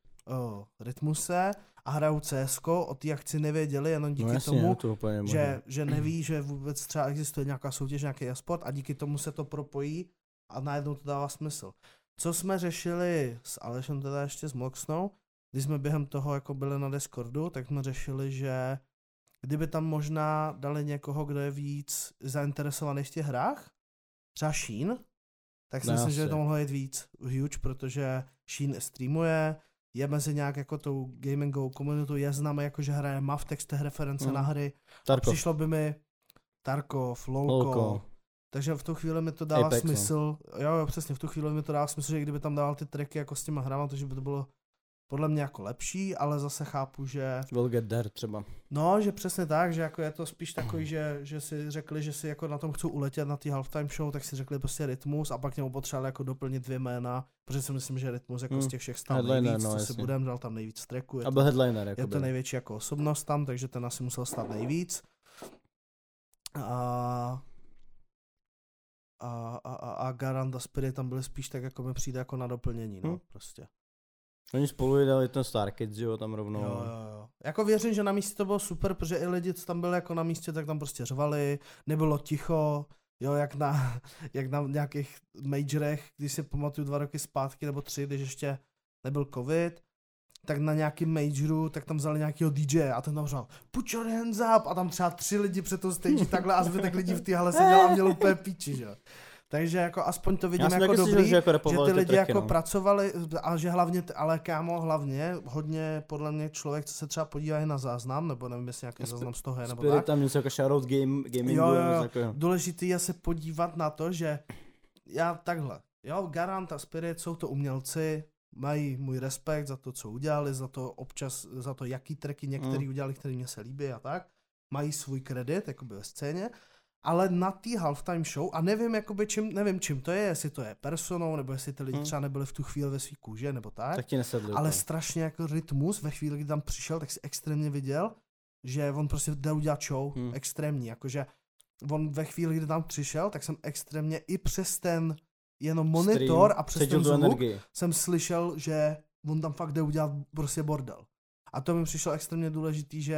Rytmuse a hrajou CSko, o té akci nevěděli jenom díky tomu, že neví, že vůbec třeba existuje nějaká soutěž, nějaký e-sport a díky tomu se to propojí a najednou to dává smysl. Co jsme řešili s Alešem teda ještě s Moxnou, když jsme během toho jako byli na Discordu, tak jsme řešili, že kdyby tam možná dali někoho, kdo je víc zainteresovaný v těch hrách, třeba Sheen, tak si myslím, že by to mohlo jít víc huge, protože Sheen streamuje, je mezi nějak jako tou gamingovou komunitou, je známe jako, že hraje MAV, texte reference na hry. Přišlo by mi Tarkov, Lolko. Takže v tu chvíli mi to dává Apex, smysl, jo, přesně, v tu chvíli mi to dává smysl, že kdyby tam dával ty tracky jako s těma hrama, takže by to bylo podle mě jako lepší, ale zase chápu, že... Will get there třeba. No, že přesně tak, že jako je to spíš takový, že si řekli, že si jako na tom chcou uletět na ty halftime show, tak si řekli prostě Rytmus a pak němu potřebovali jako doplnit 2 jména, protože si myslím, že Rytmus jako z těch všech stál nejvíc, co si budem, dal tam nejvíc tracků. A byl headliner. Je to největší jako osobnost tam, takže ten asi musel stát nejvíc. A Garant a Spirit tam byly spíš tak, jako mi přijde jako na doplnění, no, prostě. Oni spolu dali ten Star Kids, jo, tam rovnou. Jo. Jako věřím, že na místě to bylo super, protože i lidi, co tam byli jako na místě, tak tam prostě řvali, nebylo ticho, jo, jak na nějakých majorech, když si pamatuju 2 roky zpátky, nebo 3, když ještě nebyl covid, tak na nějakým majoru, tak tam vzali nějakýho DJ a ten tam říkal, put your hands up, a tam třeba 3 lidi před tou stage takhle a zbytek lidí v té hale seděl a měl úplně píči, že jo. Takže jako aspoň to vidím jako dobrý, že ty lidi jako pracovali a že hlavně, ale kámo, hlavně hodně podle mě člověk, co se třeba podívá na záznam, nebo nevím, jestli nějaký záznam z toho je, nebo tak. Tam něco jako shoutout gamingu. Jo. Důležitý je se podívat na to, že já takhle, jo, Garant a Spirit jsou to umělci, mají můj respekt za to, co udělali, za to, jaký tracky některý udělali, který mě se líbí a tak. Mají svůj kredit, jakoby ve scéně. Ale na té halftime show, a nevím, jakoby čím to je, jestli to je personou, nebo jestli ty lidi třeba nebyli v tu chvíli ve svý kůži, nebo tak ti nesedli, ale strašně jako Rytmus, ve chvíli, kdy tam přišel, tak si extrémně viděl, že on prostě jde udělat show, extrémní, jakože on ve chvíli, kdy tam přišel, tak jsem extrémně i přes ten jenom monitor a přes ten zvuk jsem slyšel, že on tam fakt jde udělat prostě bordel. A to mi přišlo extrémně důležitý, že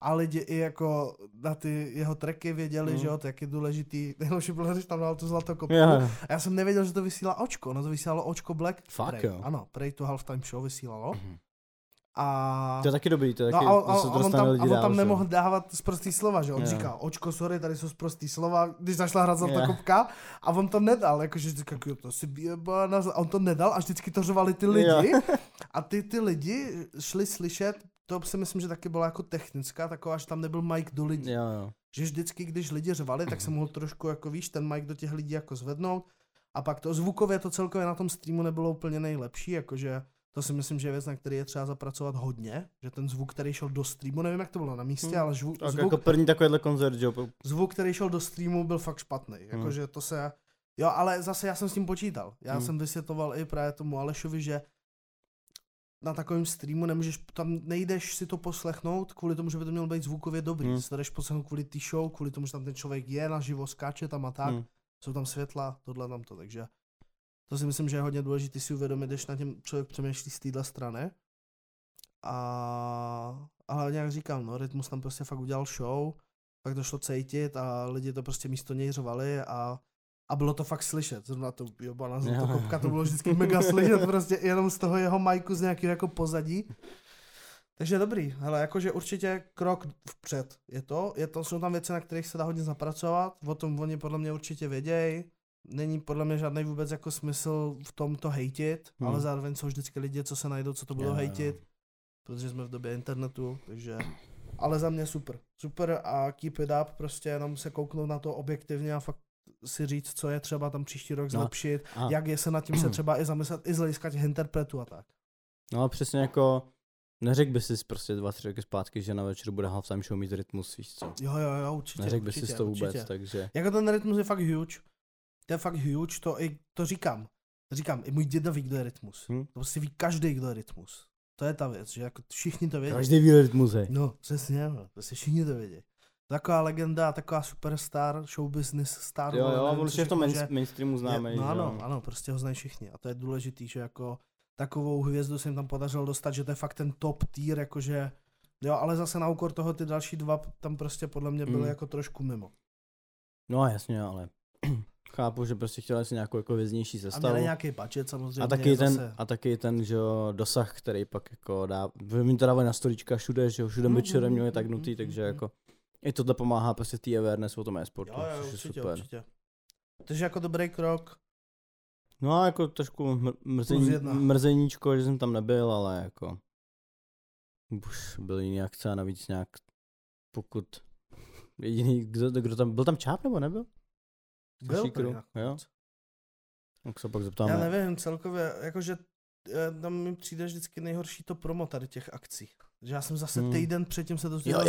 a lidi i jako na ty jeho tracky věděli, že jo, to jak je důležitý. Nejlepší bylo, když tam dal tu zlatou kopku. A já jsem nevěděl, že to vysílá Očko. Ono to vysílalo Očko Black. Fakt jo. Ano, prej tu Halftime Show vysílalo. A... To je taky dobrý, to je taky... on tam nemohl dávat sprostý slova, že on říká, Očko, sorry, tady jsou sprostý slova, když zašla hrát zlatá kopka a on to nedal, jakože říká, to si vyjebá, a on to nedal a vždycky to řvali ty lidi a ty lidi šli slyšet, to si myslím, že taky byla jako technická taková, že tam nebyl mic do lidí. Jo. Že vždycky, když lidi řvali, tak se mohl trošku, jako víš, ten mic do těch lidí jako zvednout a pak to zvukově to celkově na tom streamu nebylo úplně nejlepší, jakože to si myslím, že je věc, na který je třeba zapracovat hodně, že ten zvuk, který šel do streamu, nevím, jak to bylo na místě, ale zvuk... Jako první takovýhle koncert, že jo? Zvuk, který šel do streamu, byl fakt špatný, jakože to se... Jo, ale zase já jsem s tím počítal. Já jsem vysvětloval i právě tomu Alešovi, že na takovém streamu nemůžeš, tam nejdeš si to poslechnout kvůli tomu, že by to mělo být zvukově dobrý. Si to jdeš poslechnout kvůli té show, kvůli tomu, že tam ten člověk je naživo, skáče tam a tak. Jsou tam světla, tohle tam to, takže... To si myslím, že je hodně důležité si uvědomit, když na tím člověk přemýšlí z téhle strany. Ale jak říkám, no, Rytmus tam prostě fakt udělal show, pak to šlo cítit a lidi to prostě místo něj řvali a bylo to fakt slyšet. Zrovna to jobana zlatokopka, to bylo vždycky mega slyšet, prostě jenom z toho jeho majku z nějakého jako pozadí. Takže dobrý, hele, jakože určitě krok vpřed jsou tam věci, na kterých se dá hodně zapracovat, o tom oni podle mě určitě vědějí. Není podle mě žádný vůbec jako smysl v tom to hejtit, ale zároveň jsou vždycky lidi, co se najdou, co to budou hejtit, protože jsme v době internetu, takže... Ale za mě super a keep it up, prostě jenom se kouknout na to objektivně a fakt si říct, co je třeba tam příští rok zlepšit, jak je se nad tím se třeba i zamyslet, i z hlediska těch interpretů a tak. No přesně jako, neřekl by si prostě 2-3 roky zpátky, že na večeru bude Halftime Show mít Rytmus, víš co? Jo, určitě. Neřekl by si to vůbec, takže... Jako ten Rytmus je fakt huge. To je fakt huge, to říkám. Říkám, i můj děda ví, kdo je Rytmus. To prostě ví každý, kdo je Rytmus. To je ta věc, že jako všichni to vědí. Každý ví Rytmus, hej. No, přesně, prostě všichni to vědí. Taková legenda, taková superstar, show business star. Jo, určitě v tom mainstreamu známe. No ano, prostě ho znají všichni. A to je důležitý, že jako takovou hvězdu se jim tam podařilo dostat, že to je fakt ten top tier, jakože... Jo, ale zase na úkor toho ty další dva tam prostě podle mě byly jako trošku mimo. No jasně, ale... Chápu, že prostě chtěla si nějakou jako věznější sestavu. A měli nějaký budget samozřejmě. A taky ten, že jo, dosah, který pak jako dá, my to dávají na storička všude, že jo, všude večer měli tak nutý, takže jako i tohle pomáhá prostě té awareness o tom e-sportu, což je super. Určitě. Takže jako dobrý krok. No a jako trošku mrzeníčko, že jsem tam nebyl, ale jako už byl jiný akce a navíc nějak, pokud jediný, kdo tam, byl tam Čáp nebo nebyl? Byl jo? Tak se pak zeptáme. Já nevím, celkově, jakože tam mi přijde vždycky nejhorší to promo tady těch akcí. Že já jsem zase týden předtím se dozvěděl,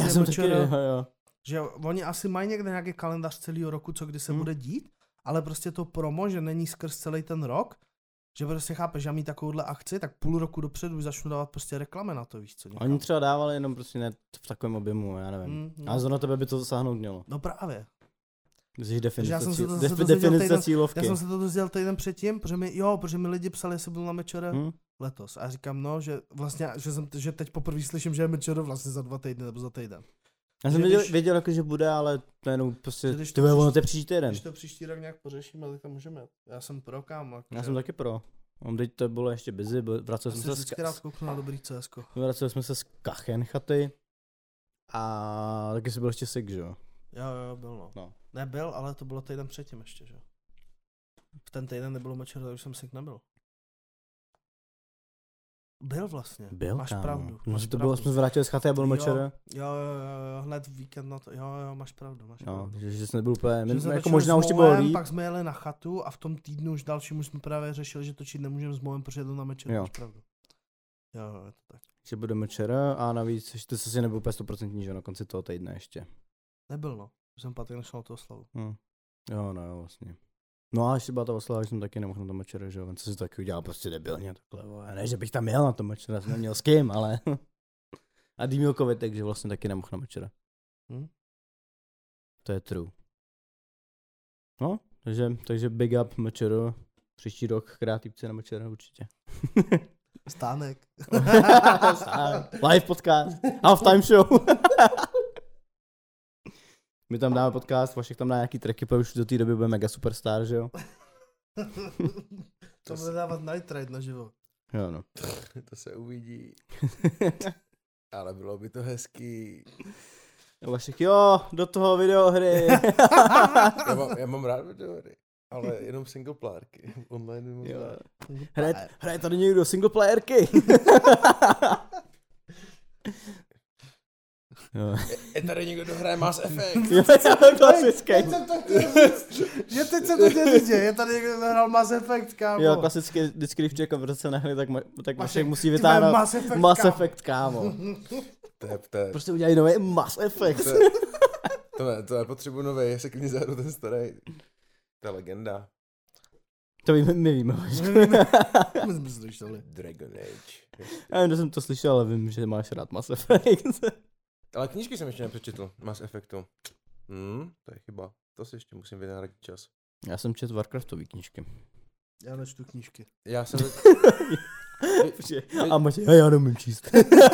že oni asi mají někde nějaký kalendář celého roku, co kdy se bude dít, ale prostě to promo, že není skrz celý ten rok, že prostě chápeš, že já mít takovouhle akci, tak půl roku dopředu už začnu dávat prostě reklamy na to, víš co. Oni třeba dávali jenom prostě ne v takovém objemu, já nevím. A zrovna tebe by to zasáhnout mělo. No právě. Jsi definice cílovky. Já jsem se to dozvěděl týden předtím, protože mi lidi psali, jestli budu na Mečere letos. A já říkám, no, že vlastně, že teď poprvé slyším, že je Mečere vlastně za 2 týdny nebo za týden. Já jsem věděl, jako, že bude, ale to jenom prostě, ono to je příští týden. Když to příští rok nějak pořešíme, tak tam můžeme. Já jsem pro, kámo. Já jsem taky pro. Teď to bylo ještě busy, vraceli jsme se z Kachenchaty a taky jsi byl ještě sick, že jo? Jo, byl no. Nebyl, ale to bylo týden předtím ještě, že? V ten týden nebylo Mečer, už jsem sick nebyl. Byl vlastně. Máš pravdu. No, to bylo, jsme vrátili z chaty a byl Mečer. Jo, hned víkend na to. Jo, máš pravdu. Že jsi nebyl úplně, jako možná už ti bylo líp. Pak jsme jeli na chatu a v tom týdnu už dalšímu jsme právě řešili, že točit nemůžeme s Moem, protože jdu na Mečer, máš pravdu. Jo, je to tak. Že bude Mečer a navíc, ty jsi si nebyl úplně 100%, že na konci toho týdne ještě. Nebyl, no. Jsem pátek nešel na tu oslavu. Jo, vlastně. No a ještě byla ta oslava, že jsem taky nemohl na tom Mečere, že jo, co si taky udělal prostě debilně takhle, ne, že bych tam jel na tom Mečere, jsem neměl s kým, ale a Dýmilkovi, takže vlastně taky nemohl na Mečere. To je true. No, takže big up Mečero, příští rok kreativci na Mečere určitě. Stánek. Live podcast, halftime show. My tam dáme podcast, Vašek tam dá nějaký tracky, protože už do té doby bude mega superstar, že jo? To bude dávat Night Ride naživo. Jo, no. To se uvidí. Ale bylo by to hezký. Vašek, jo, do toho videohry. já mám rád videohry, ale jenom singleplayerky. Online moc rád. Hraje tady někdo singleplayerky. Je tady někdo, kdo hraje Mass Effect. Jo, klasický. Teď jsem to chtěl říct, je tady někdo, kdo hrál Mass Effect, kámo. Jo, klasicky, vždycky, když člověka v roce nahli, tak Vašek musí vytáhnout Mass Effect, kámo. To je. Prostě udělají nový Mass Effect. To je potřebu nový, já se klidně zahru ten starý. To je legenda. To my víme, Vašku. My jsme slyšeli. Dragon Age. Já nevím, že jsem to slyšel, ale vím, že máš rád Mass Effect. Ale knížky jsem ještě nepřečetl, Mass Effectu. To je chyba. To si ještě musím vynahradit čas. Já jsem četl Warcraftový knížky. Já nečtu knížky. Já jsem... A Matěj, já nemůžu číst.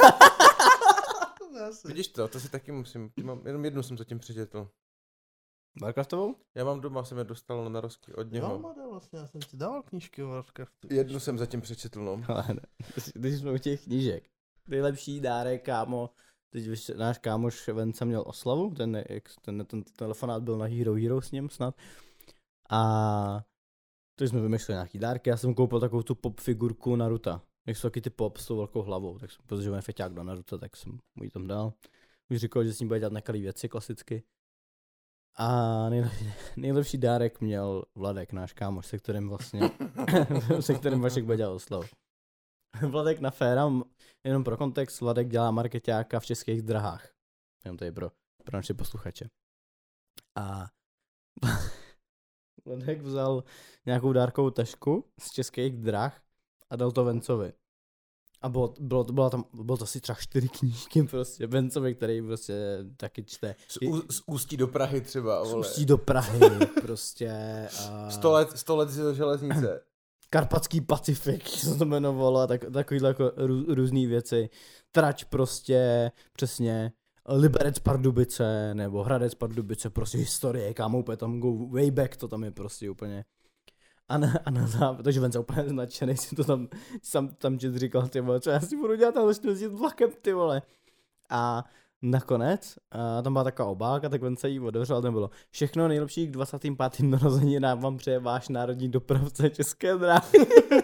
Vidíš to si taky musím, jenom jednu jsem zatím přečetl. Warcraftovou? Já mám doma, jsem je dostal na narozky od něho. Jo, Mada, vlastně, já jsem ti dával knížky o Warcraftu. Jednu jsem zatím přečetl, no. Ale ne, když jsme u těch knížek. Nejlepší dárek, kámo. Teď náš kámoš Vence měl oslavu, ten telefonát byl na Hero s ním snad. A to jsme vymýšleli nějaký dárky, já jsem koupil takovou tu pop figurku Naruta. Jak jsou taky ty pop s tou velkou hlavou, tak jsem, protože on je feťák do Naruta, tak jsem mu ji tam dal. Už říkal, že s ním bude dělat nekalý věci klasicky. A nejlepší dárek měl Vladek, náš kámoš, se kterým Vašek bude dělat oslavu. Vladek na féra, jenom pro kontext, Vladek dělá markeťáka v Českých drahách. Jenom tady pro naše posluchače. A Vladek vzal nějakou dárkovou tašku z Českých drah a dal to Vencovi. A bylo to asi třeba 4 knížky prostě, Vencovi, který prostě taky čte. Z Ústí do Prahy třeba, vole. Z Ústí do Prahy, prostě. A... 100 let železnice. Karpatský Pacifik, co to jmenovalo, takovýhle jako různý věci. Trať prostě, přesně, Liberec Pardubice, nebo Hradec Pardubice, prostě historie, kámo, úplně tam go way back, to tam je prostě úplně. A na závěr, takže Vence úplně nadšenej si to tam říkal, ty vole, co já si budu dělat, a začnu jezdit vlakem, ty vole. A nakonec, tam byla taková obálka, tak Vence jí otevřel a tam bylo všechno nejlepší k 25. narozeninám vám přeje váš národní dopravce České dráhy.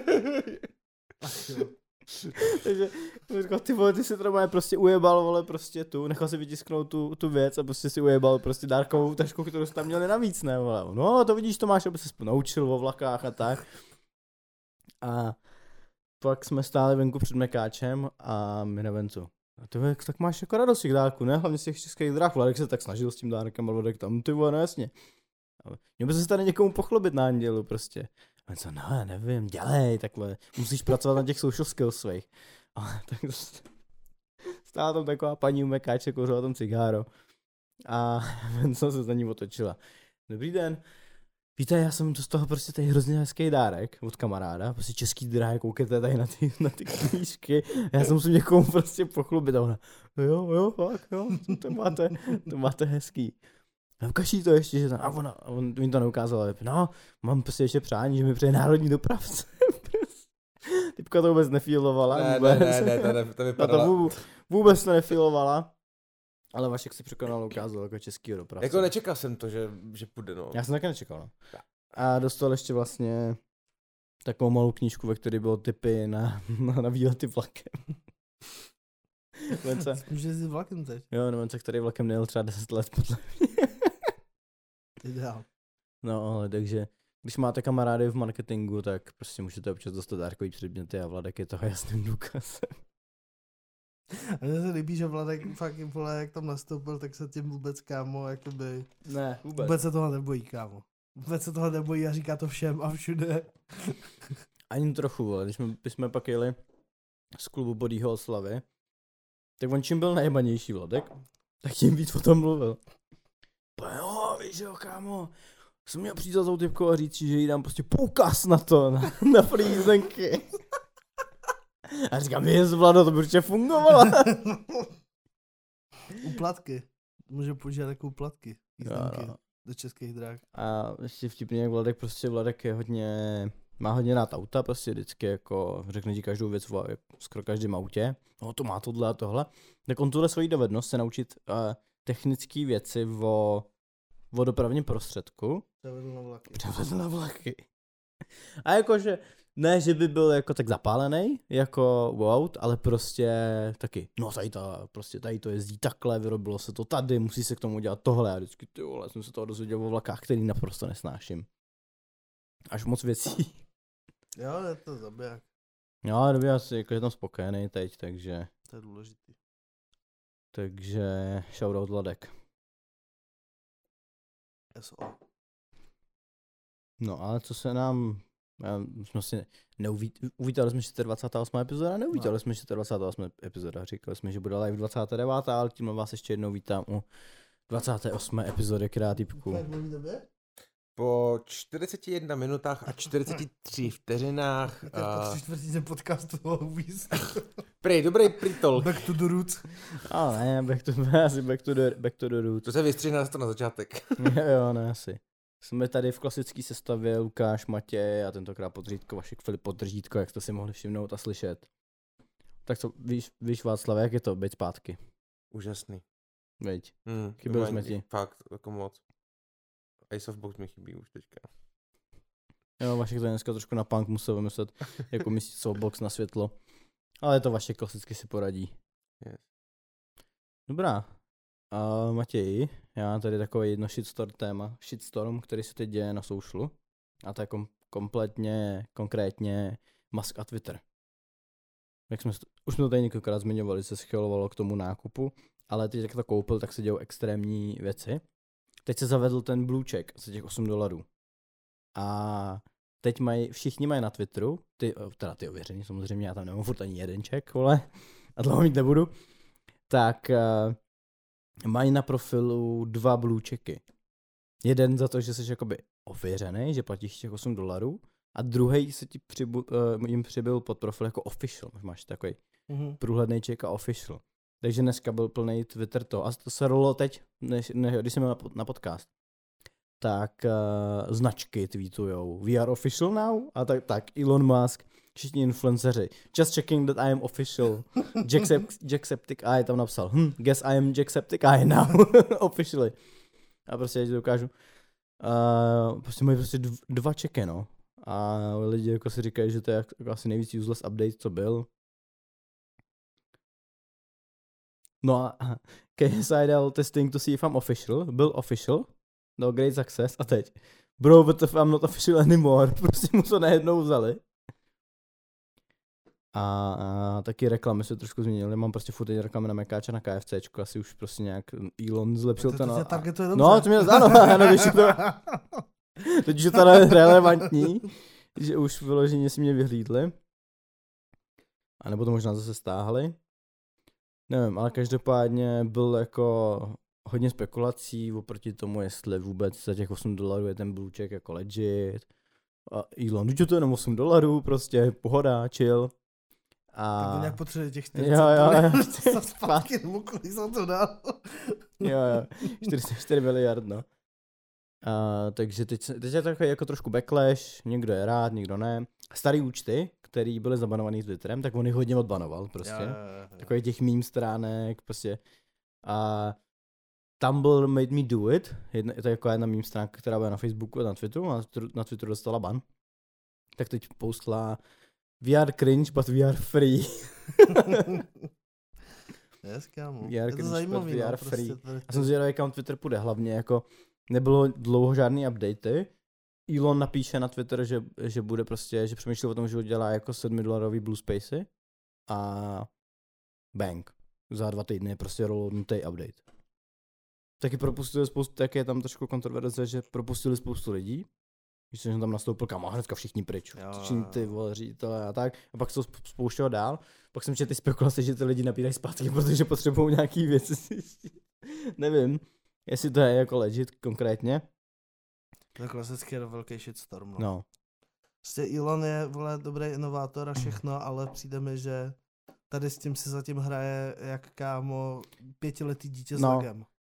Takže jsem říkal, ty vole, ty si to prostě ujebal, vole, prostě nechal si vytisknout tu věc a prostě si ujebal prostě dárkovou tašku, kterou jsi tam měli navíc, ne, vole. No, to vidíš, Tomáš, aby se naučil o vlakách a tak. A pak jsme stáli venku před mekáčem a my na Vencu. A ty vole, tak máš jako radost těch dárků, ne? Hlavně z těch Českých drah. Vladek se tak snažil s tím dárkem, ale Vladek tam, ty vole, no jasně. Měl by se tady někomu pochlubit na Andělu prostě. A co, no, já nevím, dělej, takhle, musíš pracovat na těch social skills svých. Ale tak stála tam taková paní u mekáče, kouřila tam cigáro. A Venca se za ní otočila. Dobrý den. Víte, já jsem z toho prostě tady hrozně hezký dárek od kamaráda, prostě český dráhy, koukejte tady na ty knížky, já se musím někomu prostě pochlubit a ona, jo, fakt, jo, to máte hezký. A ukaží to ještě, že on mi to neukázal, ale no, mám prostě ještě přání, že mi přeje národní dopravce. Typka to vůbec nefílovala. Ne, to vypadalo. Vůbec to nefílovala. Ale Vašek si překonal, ukázal jako českýho dopravce. Jako nečekal jsem to, že půjde, no. Já jsem taky nečekal, no. A dostal ještě vlastně takovou malou knížku, ve které bylo tipy na výlety vlakem. Můžeš jezdit vlakem teď? Jo, no Vence, který vlakem nejel třeba 10 let podle mě. Ideál. No, ale takže, když máte kamarády v marketingu, tak prostě můžete občas dostat dárkový předměty a Vladek je toho jasným důkazem. A mně se líbí, že Vladek fakt, vole, jak tam nastoupil, tak se tím vůbec, kámo, jakoby... Ne, vůbec se toho nebojí, kámo. Vůbec se toho nebojí a říká to všem a všude. Ani trochu, ale když jsme pak jeli z klubu Bodýho oslavy, tak on čím byl nejbanější Vladek, tak tím víc o tom mluvil. Jo, víš jo, kámo, jsem měl přijít za tou typkou a říct, že jí dám prostě poukaz na to, na free jízdenky. A říkám, Vlado, to by určitě fungovalo. Úplatky. může používat jako úplatky, jízdenky do Českých drah. A ještě vtipně, jak Vladek je má hodně rád auta, prostě vždycky jako řekne ti každou věc v skoro každém autě. No to má tohle a tohle. Tak on tuhle svoji dovednost se naučit technické věci o dopravním prostředku. Převedl na vlaky. A jakože, ne, že by byl jako tak zapálený, jako aut, ale prostě taky, no tady to jezdí takhle, vyrobilo se to tady, musí se k tomu dělat tohle. A vždycky, ty vole, jsem se toho dozvěděl o vlakách, který naprosto nesnáším. Až moc věcí. Jo, je to zabiják. Jo, dobře, asi jako, že jsem spokojený teď, takže... To je důležitý. Takže shoutout Vladek. SO. No ale co se nám... jsme si uvítali jsme 28. epizoda, neuvítali jsme 28. epizoda, říkali jsme, že bude live 29. ale tímhle vás ještě jednou vítám u 28. epizody Kreativku. Po 41 minutách a 43 vteřinách. Po 3/4 podcastu Dobrý pritol. Back to the roots. Ne, back to the roots. To se vystřihne to na začátek. jo, ne, asi. Jsme tady v klasické sestavě Lukáš, Matěj a tentokrát Podřídko, Vašek Filip Podržítko, jak jste si mohli všimnout a slyšet. Tak co, víš Václav, jak je to být zpátky? Úžasný. Veď, chyběli jsme ti. Fakt, jako moc. Ace of Box mi chybí už teďka. Jo, Vašek to dneska trošku na punk musel vymyslet, jako místí softbox na světlo. Ale to Vašek klasicky si poradí. Yes. Dobrá. Matěj, já mám tady takový jedno shitstorm, který se teď děje na socialu. A to je konkrétně Musk a Twitter. Jak už jsme to tady několikrát zmiňovali, se schylovalo k tomu nákupu, ale teď jak to koupil, tak se dějou extrémní věci. Teď se zavedl ten blue check za těch $8. A teď všichni mají na Twitteru, ty ověření samozřejmě, já tam nemám furt ani jeden check, vole, a dlouho mít nebudu, tak mají na profilu 2 blue checky. Jeden za to, že jsi jakoby ověřený, že platíš těch $8, a druhý se ti jim přibyl pod profil jako official, máš takový průhledný check a official. Takže dneska byl plný Twitter to. A to se rolilo teď, když jsem měl na podcast. Tak značky tweetujou We are official now? A tak Elon Musk, všichni influenceři. Just checking that I am official. Jacksepticeye tam napsal. Guess I am Jacksepticeye now. Officially. A prostě já ti to ukážu. Prostě mají prostě 2 checky, no. A lidi jako si říkají, že to je jako asi nejvíc useless update, co byl. No a KSI dal testing to see if I'm official, byl official, dal great success a teď. Bro, but if I'm not official anymore, prostě mu to najednou vzali. A taky reklamy se trošku změnily, mám prostě furt reklamy na Mekáč a na KFCčko, asi už prostě nějak Elon zlepšil to. No, to mě ano, víš to. Teď už je to relevantní, že už vyloženě si mě vyhlídli. A nebo to možná zase stáhli. Nevím, ale každopádně byl jako hodně spekulací oproti tomu, jestli vůbec za těch $8 je ten blue check jako legit. A Elon, že to je jenom $8, prostě pohoda, chill. A... Tak to nějak potřebuje těch 40 jo. zpátky, nebo kolik jsem to dal. jo, 44 miliard, no. Takže teď je takový jako trošku backlash, někdo je rád, někdo ne. Starý účty, který byly zabanovaný Twitterem, tak on jich hodně odbanoval prostě. Jo. Takových těch meme stránek prostě. A Tumblr made me do it, to je jako jedna meme stránka, která byla na Facebooku a na Twitteru, a na Twitteru dostala ban. Tak teď postla We are cringe, but we are free. Yes, kámo. Je to zajímavý, we are free. Já jsem zvědavý, kam Twitter půjde, hlavně jako nebylo dlouho žádný updaty. Elon napíše na Twitter, že bude prostě, že přemýšlel o tom, že udělá jako $7 blue spacey a bang. Za 2 týdny je prostě rolloutnutý update. Taky propustili tak je tam trošku kontroverze, že propustili spoustu lidí. Když jsem tam nastoupil, kam hnedka všichni pryč. Ty vole, ředitele a tak. A pak se to spouštělo dál. Pak jsem četl ty spekulace, že ty lidi napírají zpátky, protože potřebují nějaký věci. Nevím, jestli to je jako legit konkrétně. To je klasický velký shitstorm. No. Prostě Elon je, vole, dobrý inovátor a všechno, ale přijde mi, že tady s tím si zatím hraje jak kámo 5letý dítě s legem.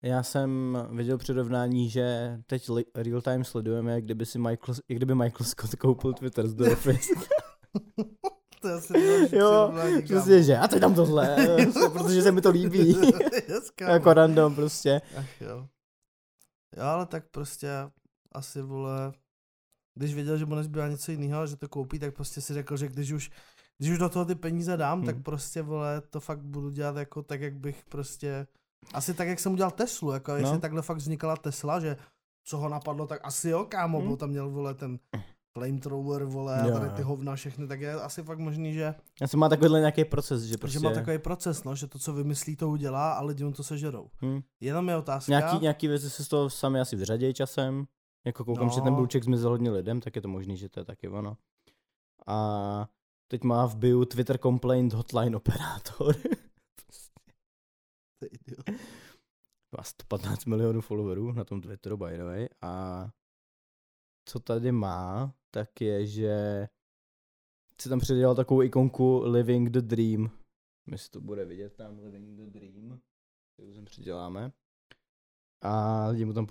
Já jsem viděl přirovnání, že teď real time sledujeme, jak kdyby Michael Scott koupil Twitter z The Office. To je asi další jo, prostě, že a teď dám tohle, protože se mi to líbí. Jako random prostě. Ach jo. Jo, ale tak prostě asi, vole, když věděl, že mu nezbývá něco jiného, že to koupí, tak prostě si řekl, že když už do toho ty peníze dám, tak prostě, vole, to fakt budu dělat jako tak, jak bych prostě, asi tak, jak jsem udělal Teslu, jako jestli takhle fakt vznikala Tesla, že co ho napadlo, tak asi jo, kámo, bo tam měl, vole, ten flamethrower, vole, a tady ty hovna všechny, tak je asi fakt možný, že... Asi má takovýhle nějaký proces, že prostě... Že má takový proces, no, že to, co vymyslí, to udělá a lidi mu to sežerou. Jenom je otázka... Nějaký věci se z toho sami asi vyřadějí časem, jako koukám, že ten blůček zmizel hodně lidem, tak je to možný, že to je taky ono. A teď má v bio Twitter complaint hotline operátor. To je idiot. Má 115 milionů followerů na tom Twitteru, by the way, a co tady má, tak je, že si tam předělal takovou ikonku Living the Dream. Jestli to bude vidět tam, Living the Dream. To sem předěláme. A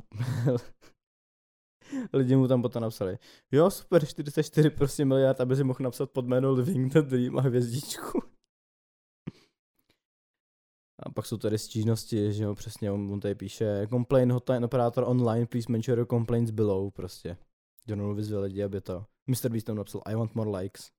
lidi mu tam potom napsali, jo super, 44 prostě miliard, aby si mohl napsat pod jméno Living the Dream a hvězdičku. A pak jsou tady stížnosti, že jo, přesně, on tady píše complain hotline operator online, please mention your complaints below, prostě. Donald vyzve lidi, aby to. Mr. Beast tam napsal, I want more likes.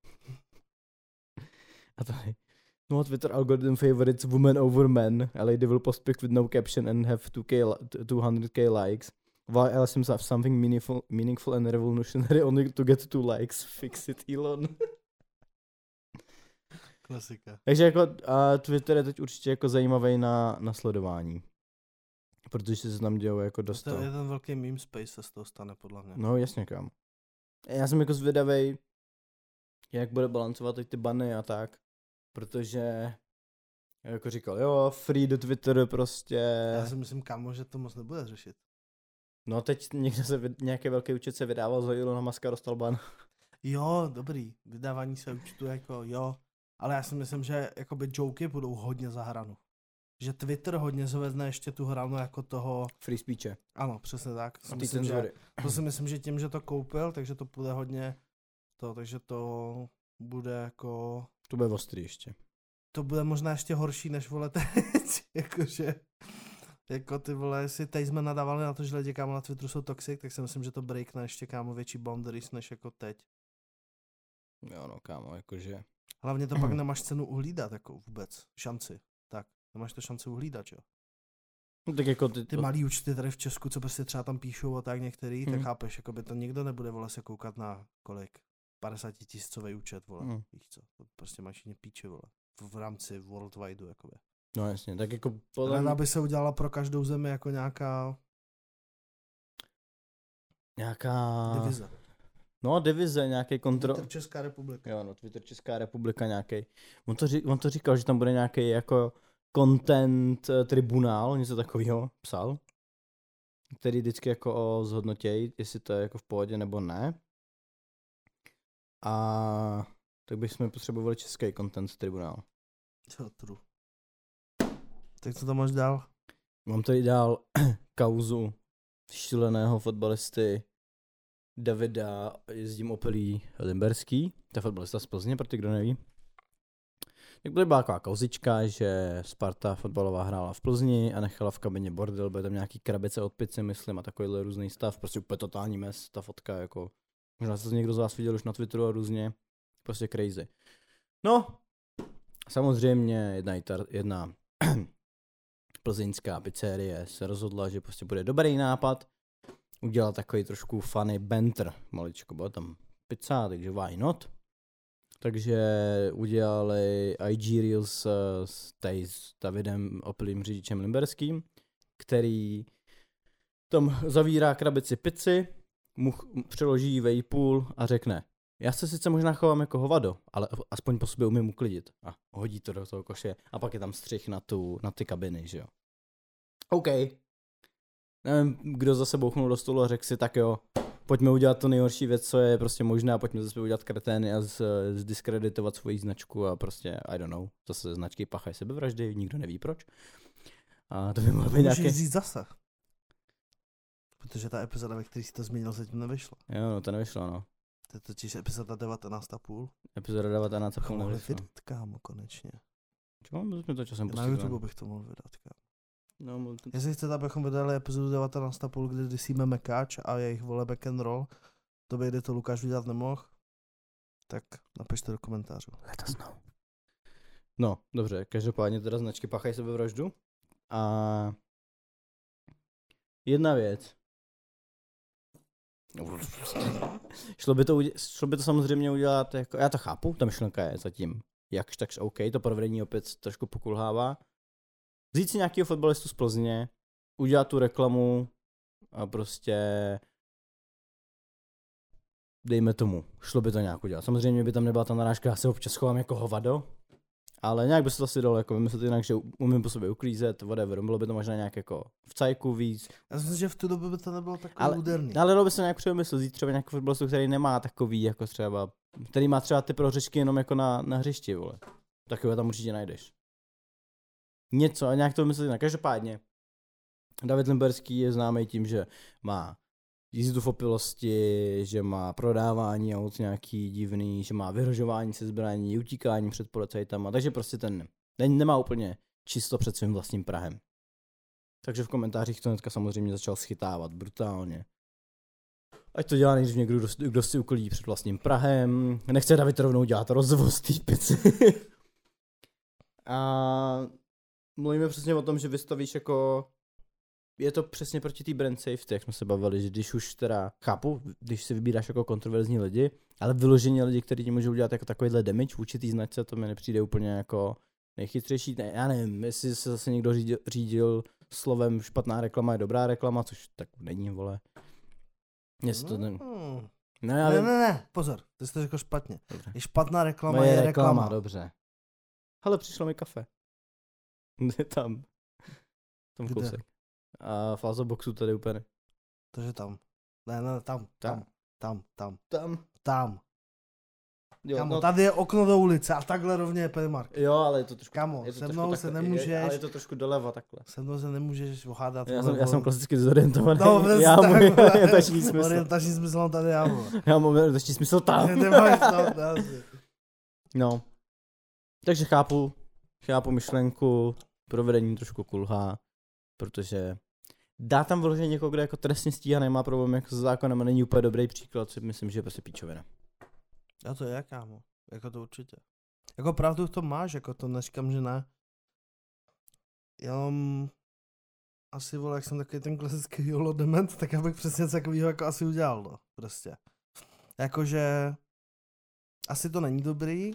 A tady, no Twitter algorithm favorites women over men, a lady will post pic with no caption and have 200k likes. Why else have something meaningful and revolutionary only to get 2 likes? Fix it, Elon. Klasika. Takže jako Twitter je teď určitě jako zajímavý na sledování. Protože se tam dělou jako dost. To je ten velký meme space, se z toho stane podle mě. No jasně, kam. Já jsem jako zvědavej, jak bude balancovat teď ty bany a tak. Protože jako říkal, jo, free do Twitter prostě. Já si myslím, kámo, že to moc nebude řešit. No teď nějaký velký účet se vydával za Elona Muska, dostal ban. Jo, dobrý, vydávání se účtu jako jo, ale já si myslím, že jakoby joky budou hodně za hranu. Že Twitter hodně zvedne ještě tu hranu jako toho... Free speeche. Ano, přesně tak. To si myslím, že tím, že to koupil, takže to bude hodně takže to bude jako... To bude ostrý ještě. To bude možná ještě horší, než vole teď, jakože... Jako ty vole, jestli teď jsme nadávali na to, že lidi kámo na Twitteru jsou toxic, tak si myslím, že to breakne ještě kámo větší boundaries, než jako teď. Jo no kámo, jakože... Hlavně to pak nemáš cenu uhlídat, jako vůbec, šanci. Tak, nemáš to šanci uhlídat, jo. No, tak jako ty malý účty tady v Česku, co prostě třeba tam píšou a tak některý, tak chápeš, jako by to nikdo nebude, vole, se koukat na kolik? 50 000 účet, vole, víš co, to prostě máš jině píče, vole, v rámci worldwideu, jakoby. No jasně, tak jako podle... aby se udělala pro každou zemi jako nějaká divize. No, divize, nějaký kontrol. Twitter Česká republika. Jo, no, Twitter Česká republika nějaký. On to říkal, že tam bude nějaký jako content tribunál, něco takového psal, který vždycky jako zhodnotějí, jestli to je jako v pohodě nebo ne. A tak bychom potřebovali český content tribunál. Co true. Tak co tam máš dál? Mám tady dál kauzu šíleného fotbalisty Davida Jezdím Opelí Limberský, to je fotbalista z Plzně, pro ty, kdo neví. Tak byla taková kauzička, že Sparta fotbalová hrála v Plzni a nechala v kabině bordel, byly tam nějaký krabice od pici, myslím, a takovýhle různý stav, prostě úplně totální mes, ta fotka, jako, možná se to někdo z vás viděl už na Twitteru a různě, prostě crazy. No, samozřejmě jedna plzeňská pizzerie se rozhodla, že prostě bude dobrý nápad udělat takový trošku funny banter, maličko, byla tam pizza, takže why not? Takže udělali IG Reels s Davidem Opelým řidičem Limberským, který tam zavírá krabici pici, mu přeloží vejpůl a řekne, já se sice možná chovám jako hovado, ale aspoň po sobě umím uklidit. A hodí to do toho koše a pak je tam střih na ty kabiny, že jo. OK. Nevím, kdo zase bouchnul do stolu a řekl si, tak jo, pojďme udělat to nejhorší věc, co je prostě možné, a pojďme zase udělat kretény a zdiskreditovat svoji značku a prostě, I don't know, zase značky pachají sebevraždy, nikdo neví proč. A to by mohlo být Můžeš nějaký... říct zase. Protože ta epizoda, ve které jsi to zmínil, zatím nevyšla. Jo, no to nevyšlo, no. To je totiž epizoda 19,5. Epizoda 19,5 Mohli nevyšlo. vydat, kámo, konečně. Čo? My jsme to časem Na pustili. YouTube bych to mohl vydat, kámo. No, Jestli chcete, abychom vydali epizodu 19,5, kde disíme Mekáč a jejich vole back and roll, to by, kdy to Lukáš vydat nemohl, tak napište do komentářů. Let us know. No, dobře, každopádně teda značky páchají sebevraždu. A jedna věc. Šlo by to samozřejmě udělat, jako, já to chápu, ta myšlenka je zatím jakž takž OK, to provedení opět trošku pokulhává. Vzít si nějakého fotbalistu z Plzně, udělat tu reklamu a prostě dejme tomu, šlo by to nějak udělat. Samozřejmě by tam nebyla ta narážka, já se občas chovám jako hovado, ale nějak by se to asi dalo jako vymyslet jinak, že umím po sobě uklízet, whatever, bylo by to možná nějak jako v cajku víc. Já myslím, že v tu dobu by to nebylo takový úderný. Ale dalo by se nějak přemyslet, vzít třeba nějaký fotbalistu, který nemá takový jako třeba, který má třeba ty prohřešky jenom jako na hřišti, vole. Takové tam určitě najdeš. Něco a nějak to vymyslet jinak. Každopádně, David Limberský je známý tím, že má jízdu v opilosti, že má prodávání aut nějaký divný, že má vyhrožování se zbraní, utíkání před policajtama, takže prostě ten nemá úplně čisto před svým vlastním prahem. Takže v komentářích to hnedka samozřejmě začal schytávat brutálně. Ať to dělá nejdřív někdo, kdo si uklidí před vlastním prahem, nechce David rovnou dělat rozvoz té pici. A mluvíme přesně o tom, že vystavíš jako... Je to přesně proti té brand safety, jak jsme se bavili, že když už teda, chápu, když si vybíráš jako kontroverzní lidi, ale vyloženě lidi, kteří ti můžou dělat jako takovýhle damage v určitý značce, to mi nepřijde úplně jako nejchytřejší. Ne, já nevím, jestli se zase někdo řídil slovem špatná reklama je dobrá reklama, což tak není, vole. Jestli to Ne, pozor, ty jsi to řekl špatně. Dobře. Je špatná reklama, je reklama. Dobře. Hele, přišlo mi kafe. Je tam. Tam Kde? kousek. A Flazo boxu tady úplně. Takže tam. Ne, tam. Jo, Kámo, no, tady je okno do ulice a takhle rovně je Primark. jo, ale je to trošku... Kámo, je to se trošku mnou se nemůžeš... ale je to trošku doleva takhle. Se mnou se nemůžeš ohádat. Já jsem klasicky dezorientovaný. No, já mám orientační smysl. Orientační smysl mám tady já, vole. Já mám orientační smysl tam. Nemáš to, No. Takže chápu myšlenku, provedení trošku kulhá, protože dá tam vyloženě někoho, kdo jako trestně stíhaný, má problém jako s zákonem a není úplně dobrý příklad, si myslím, že je prostě píčovina. Já to je, kámo. Jako to určitě. Jako pravdu to máš, jako to neříkám, že ne. Jenom asi, vole, jak jsem takový ten klasický YOLO dement, tak já bych přesně něco takového jako asi udělal, no. Prostě. Jakože asi to není dobrý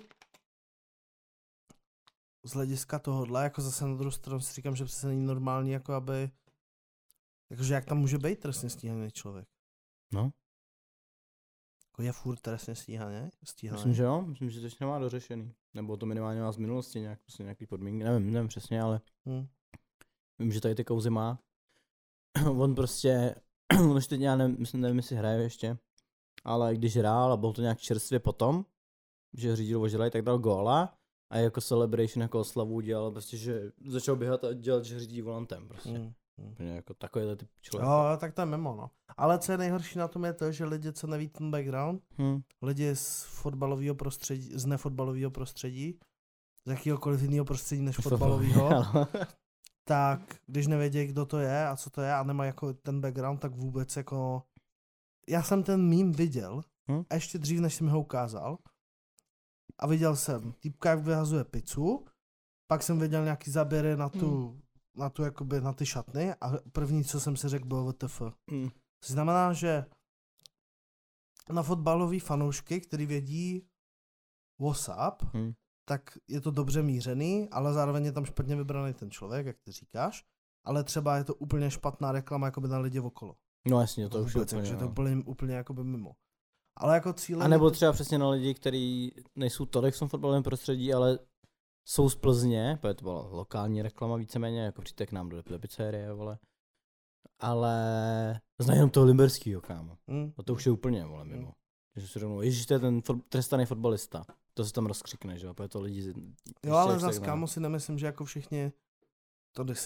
z hlediska tohohle, jako zase na druhou stranu si říkám, že přesně není normální, jako aby, jakože jak tam může být trestně stíhaný člověk. No. Jako je furt trestně stíhaný? Myslím, že jo, myslím, že to ještě nemá dořešený. Nebo to minimálně má z minulosti nějak, prostě nějaký podmínky, nevím přesně, ale vím, že tady ty kauzy má. On prostě, on už teď já nevím, jestli hraje ještě, ale když hrál a byl to nějak čerstvě potom, že řídil ožilej, tak dal góla a jako celebration, jako oslavu dělal prostě, že začal běhat a dělat, že řídí volantem prostě. Jako takovýhle typ člověk. Jo, tak to je mimo, no. Ale co je nejhorší na tom je to, že lidi, co neví ten background, lidi z fotbalového prostředí, z nefotbalového prostředí, z jakýhokoliv jiného prostředí než fotbalového, tak když nevědí, kdo to je a co to je a nemá jako ten background, tak vůbec jako... Já jsem ten meme viděl, a ještě dřív, než jsem ho ukázal, a viděl jsem týpka, jak vyhazuje pizzu, pak jsem viděl nějaký záběry na tu jakoby na ty šatny a první, co jsem si řekl, bylo WTF. To znamená, že na fotbalový fanoušky, který vědí WhatsApp, tak je to dobře mířený, ale zároveň je tam špatně vybraný ten člověk, jak ty říkáš, ale třeba je to úplně špatná reklama jakoby na lidi okolo. No jasně, to už je úplně, že to úplně jakoby mimo. Ale jako cíle... A nebo třeba přesně na lidi, kteří nejsou tolik v tom fotbalovém prostředí, ale jsou z Plzně, protože to byla lokální reklama víceméně, jako přijďte k nám do pizzerie, vole. Ale znají jenom toho Limberskýho, kámo. A to už je úplně, vole, mimo. Že si rovnou, ježiš, to je ten trestaný fotbalista. To se tam rozkřikne, že jo, protože to lidi... Jo, ale zase, kámo, si nemyslím, že jako všichni to disej.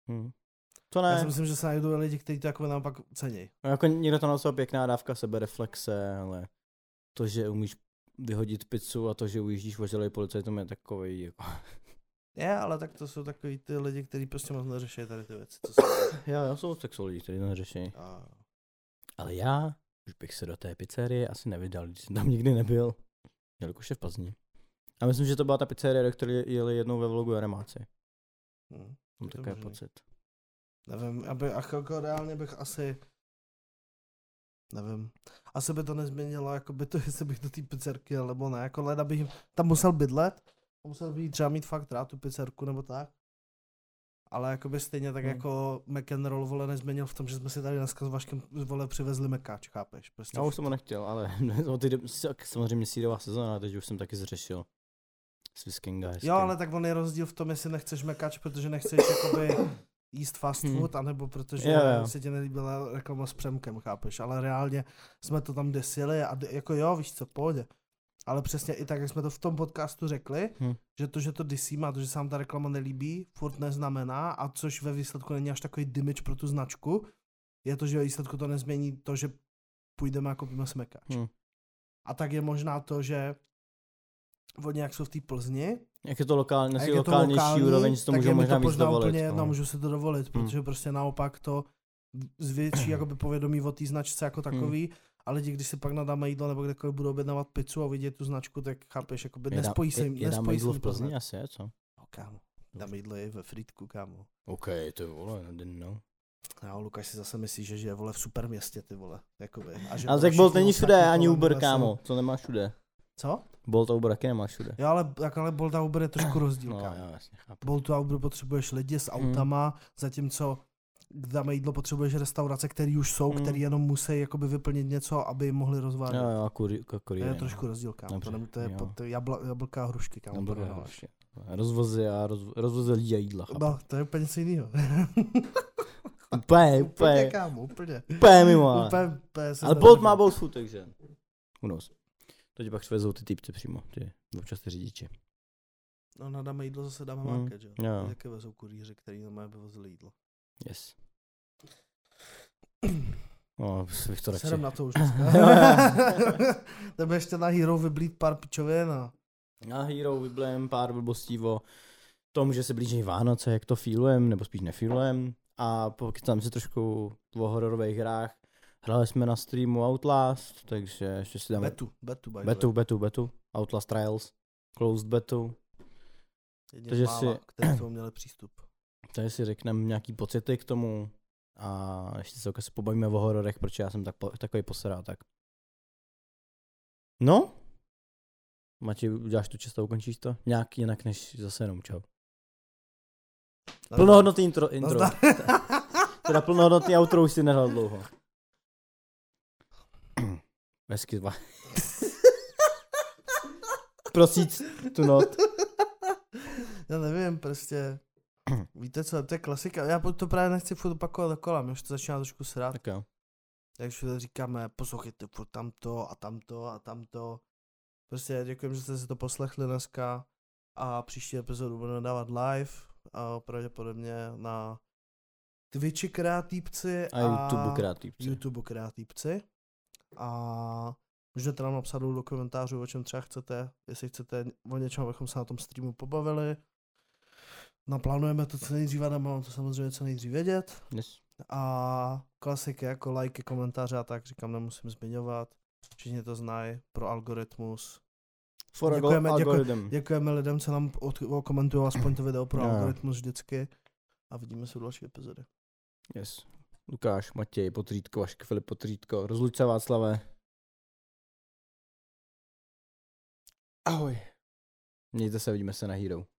To ne. Já si myslím, že se najdou lidi, kteří to jako naopak cení. No, jako někdo to nazval pěkná dávka sebereflexe, ale to, že umíš vyhodit pizzu a to, že ujíždíš voželej policajtům je takovej jako... Je, ale tak to jsou takový ty lidi, kteří prostě moc neřeší tady ty věci. Já jsou sexuální lidi, kteří to neřeší. Ale já už bych se do té pizzerie asi nevydal, když jsem tam nikdy nebyl. Jelikož je v Plzni. A myslím, že to byla ta pizzerie, do které jeli jednou ve vlogu Jaremáci. Mám takový pocit. Nevím, jako reálně bych asi... Nevím. Asi by to nezměnilo, jako by to, jestli bych do té pizzerky jel, nebo ne. Jako leda bych tam musel bydlet. Musel bych třeba mít fakt rád tu pizzerku, nebo tak. Ale jakoby stejně tak jako McEnroe, vole, nezměnil v tom, že jsme si tady dneska s Vaškem, vole, přivezli mekáč, chápeš? Prostě já už jsem ho nechtěl, ale samozřejmě sírová sezóna, teď už jsem taky zřešil s Viskenga. Jo, ale tak on je rozdíl v tom, jestli nechceš mekáč, protože nechceš jakoby jíst fast food, anebo protože se ti nelíbila reklama s Přemkem, chápeš? Ale reálně jsme to tam desili a jako jo, víš co, pohodě. Ale přesně i tak, jak jsme to v tom podcastu řekli, že to disíme a to, že se nám ta reklama nelíbí, furt neznamená, a což ve výsledku není až takový damage pro tu značku, je to, že ve výsledku to nezmění to, že půjdeme a koupíme smekáč. A tak je možná to, že oni jak jsou v té Plzni, jak je to lokálnější úroveň, si to můžu možná víc dovolit. Úplně jedno, můžu si to dovolit, protože prostě naopak to zvětší jakoby povědomí o té značce jako takový. A lidi, když si pak nadáme jídlo nebo kdekoliv budou objednávat pizzu a vidět tu značku, tak chápeš, jakoby nespojí se jim. Jedáme jídlo v Plzni asi, co? No kámo, dáme jídlo i ve Frýdku, kámo. OK, to je vole, didn't know. Jo, Lukáš si zase myslí, že žije, vole, v super městě, ty vole, jakoby. Ale tak Bolt není všude, ani Uber, kámo, to nemá všude. Co? Bolt a Uber taky nemá všude. Jo, ale Bolt a Uber je trošku rozdíl, kámo. No, jasně, chápu. Bolt a Uber potřebuješ lidi s autama, zatímco dáme jídlo, potřebuješ restaurace, které už jsou, které jenom musí jakoby vyplnit něco, aby mohli rozvádět. Jo, kurýry. To je trošku rozdíl, kámo. To je pod jablka a hrušky, kámo. Rozvozy lidí a jídla, chápu. No, to je úplně něco jiného. Úplně, kámo, úplně. Úplně mimo, ale Bolt má Bolt Food, takže unos. To ti pak svezou ty typci přímo, ty občas ty řidiči. No, nadáme jídlo, zase dáme market, jo. Jaké vezou kurýři, který nám vyvozili jídlo. Yes. No, bych to radši. Sedem na to už dneska. Tebe ještě na Hero vyblít pár pičovin a... Na Hero vyblím pár blbostí o tom, že se blíží Vánoce, jak to feelujem, nebo spíš nefeelujem. A pokytám si trošku o hororových hrách. Hráli jsme na streamu Outlast, takže ještě si dáme... Betu. Outlast Trials. Closed betu. Takže si... kteří tomu měli přístup. Takže si řekneme nějaký pocity k tomu a ještě se pobavíme o hororech, protože já jsem takový poserá, tak. No? Matěj, uděláš tu čest a ukončíš to? Nějak jinak než zase jenom čau. Plnohodnotný intro. Teda plnohodnotný outro už si nehrál dlouho. Hezky dva. Prosíc tu not. Já nevím, prostě. Víte co, to je klasika. Já to právě nechci furt opakovat dokola, mě už to začíná trošku srát. Tak jo. Jak všude říkáme, poslouchejte furt tamto a tamto a tamto. Prostě děkujem, že jste si to poslechli dneska a příští epizodu budeme dávat live a pravděpodobně na Twitchi Kreatívci a YouTube Kreatívci. A můžete nám napsat do komentářů, o čem třeba chcete, jestli chcete o něčem, abychom se na tom streamu pobavili. Naplánujeme to co nejdříve, mám to samozřejmě co nejdřív vědět. Yes. A klasiky jako lajky, komentáře a tak, říkám, nemusím zmiňovat. Všichni to znají pro algoritmus. Děkujeme lidem, co nám komentují aspoň to video pro algoritmus vždycky. A vidíme se v další epizody. Yes. Lukáš, Matěj, Potřítko, Vašek, Filip, Potřítko. Rozluč se, Václave. Ahoj. Mějte se, vidíme se na Hero.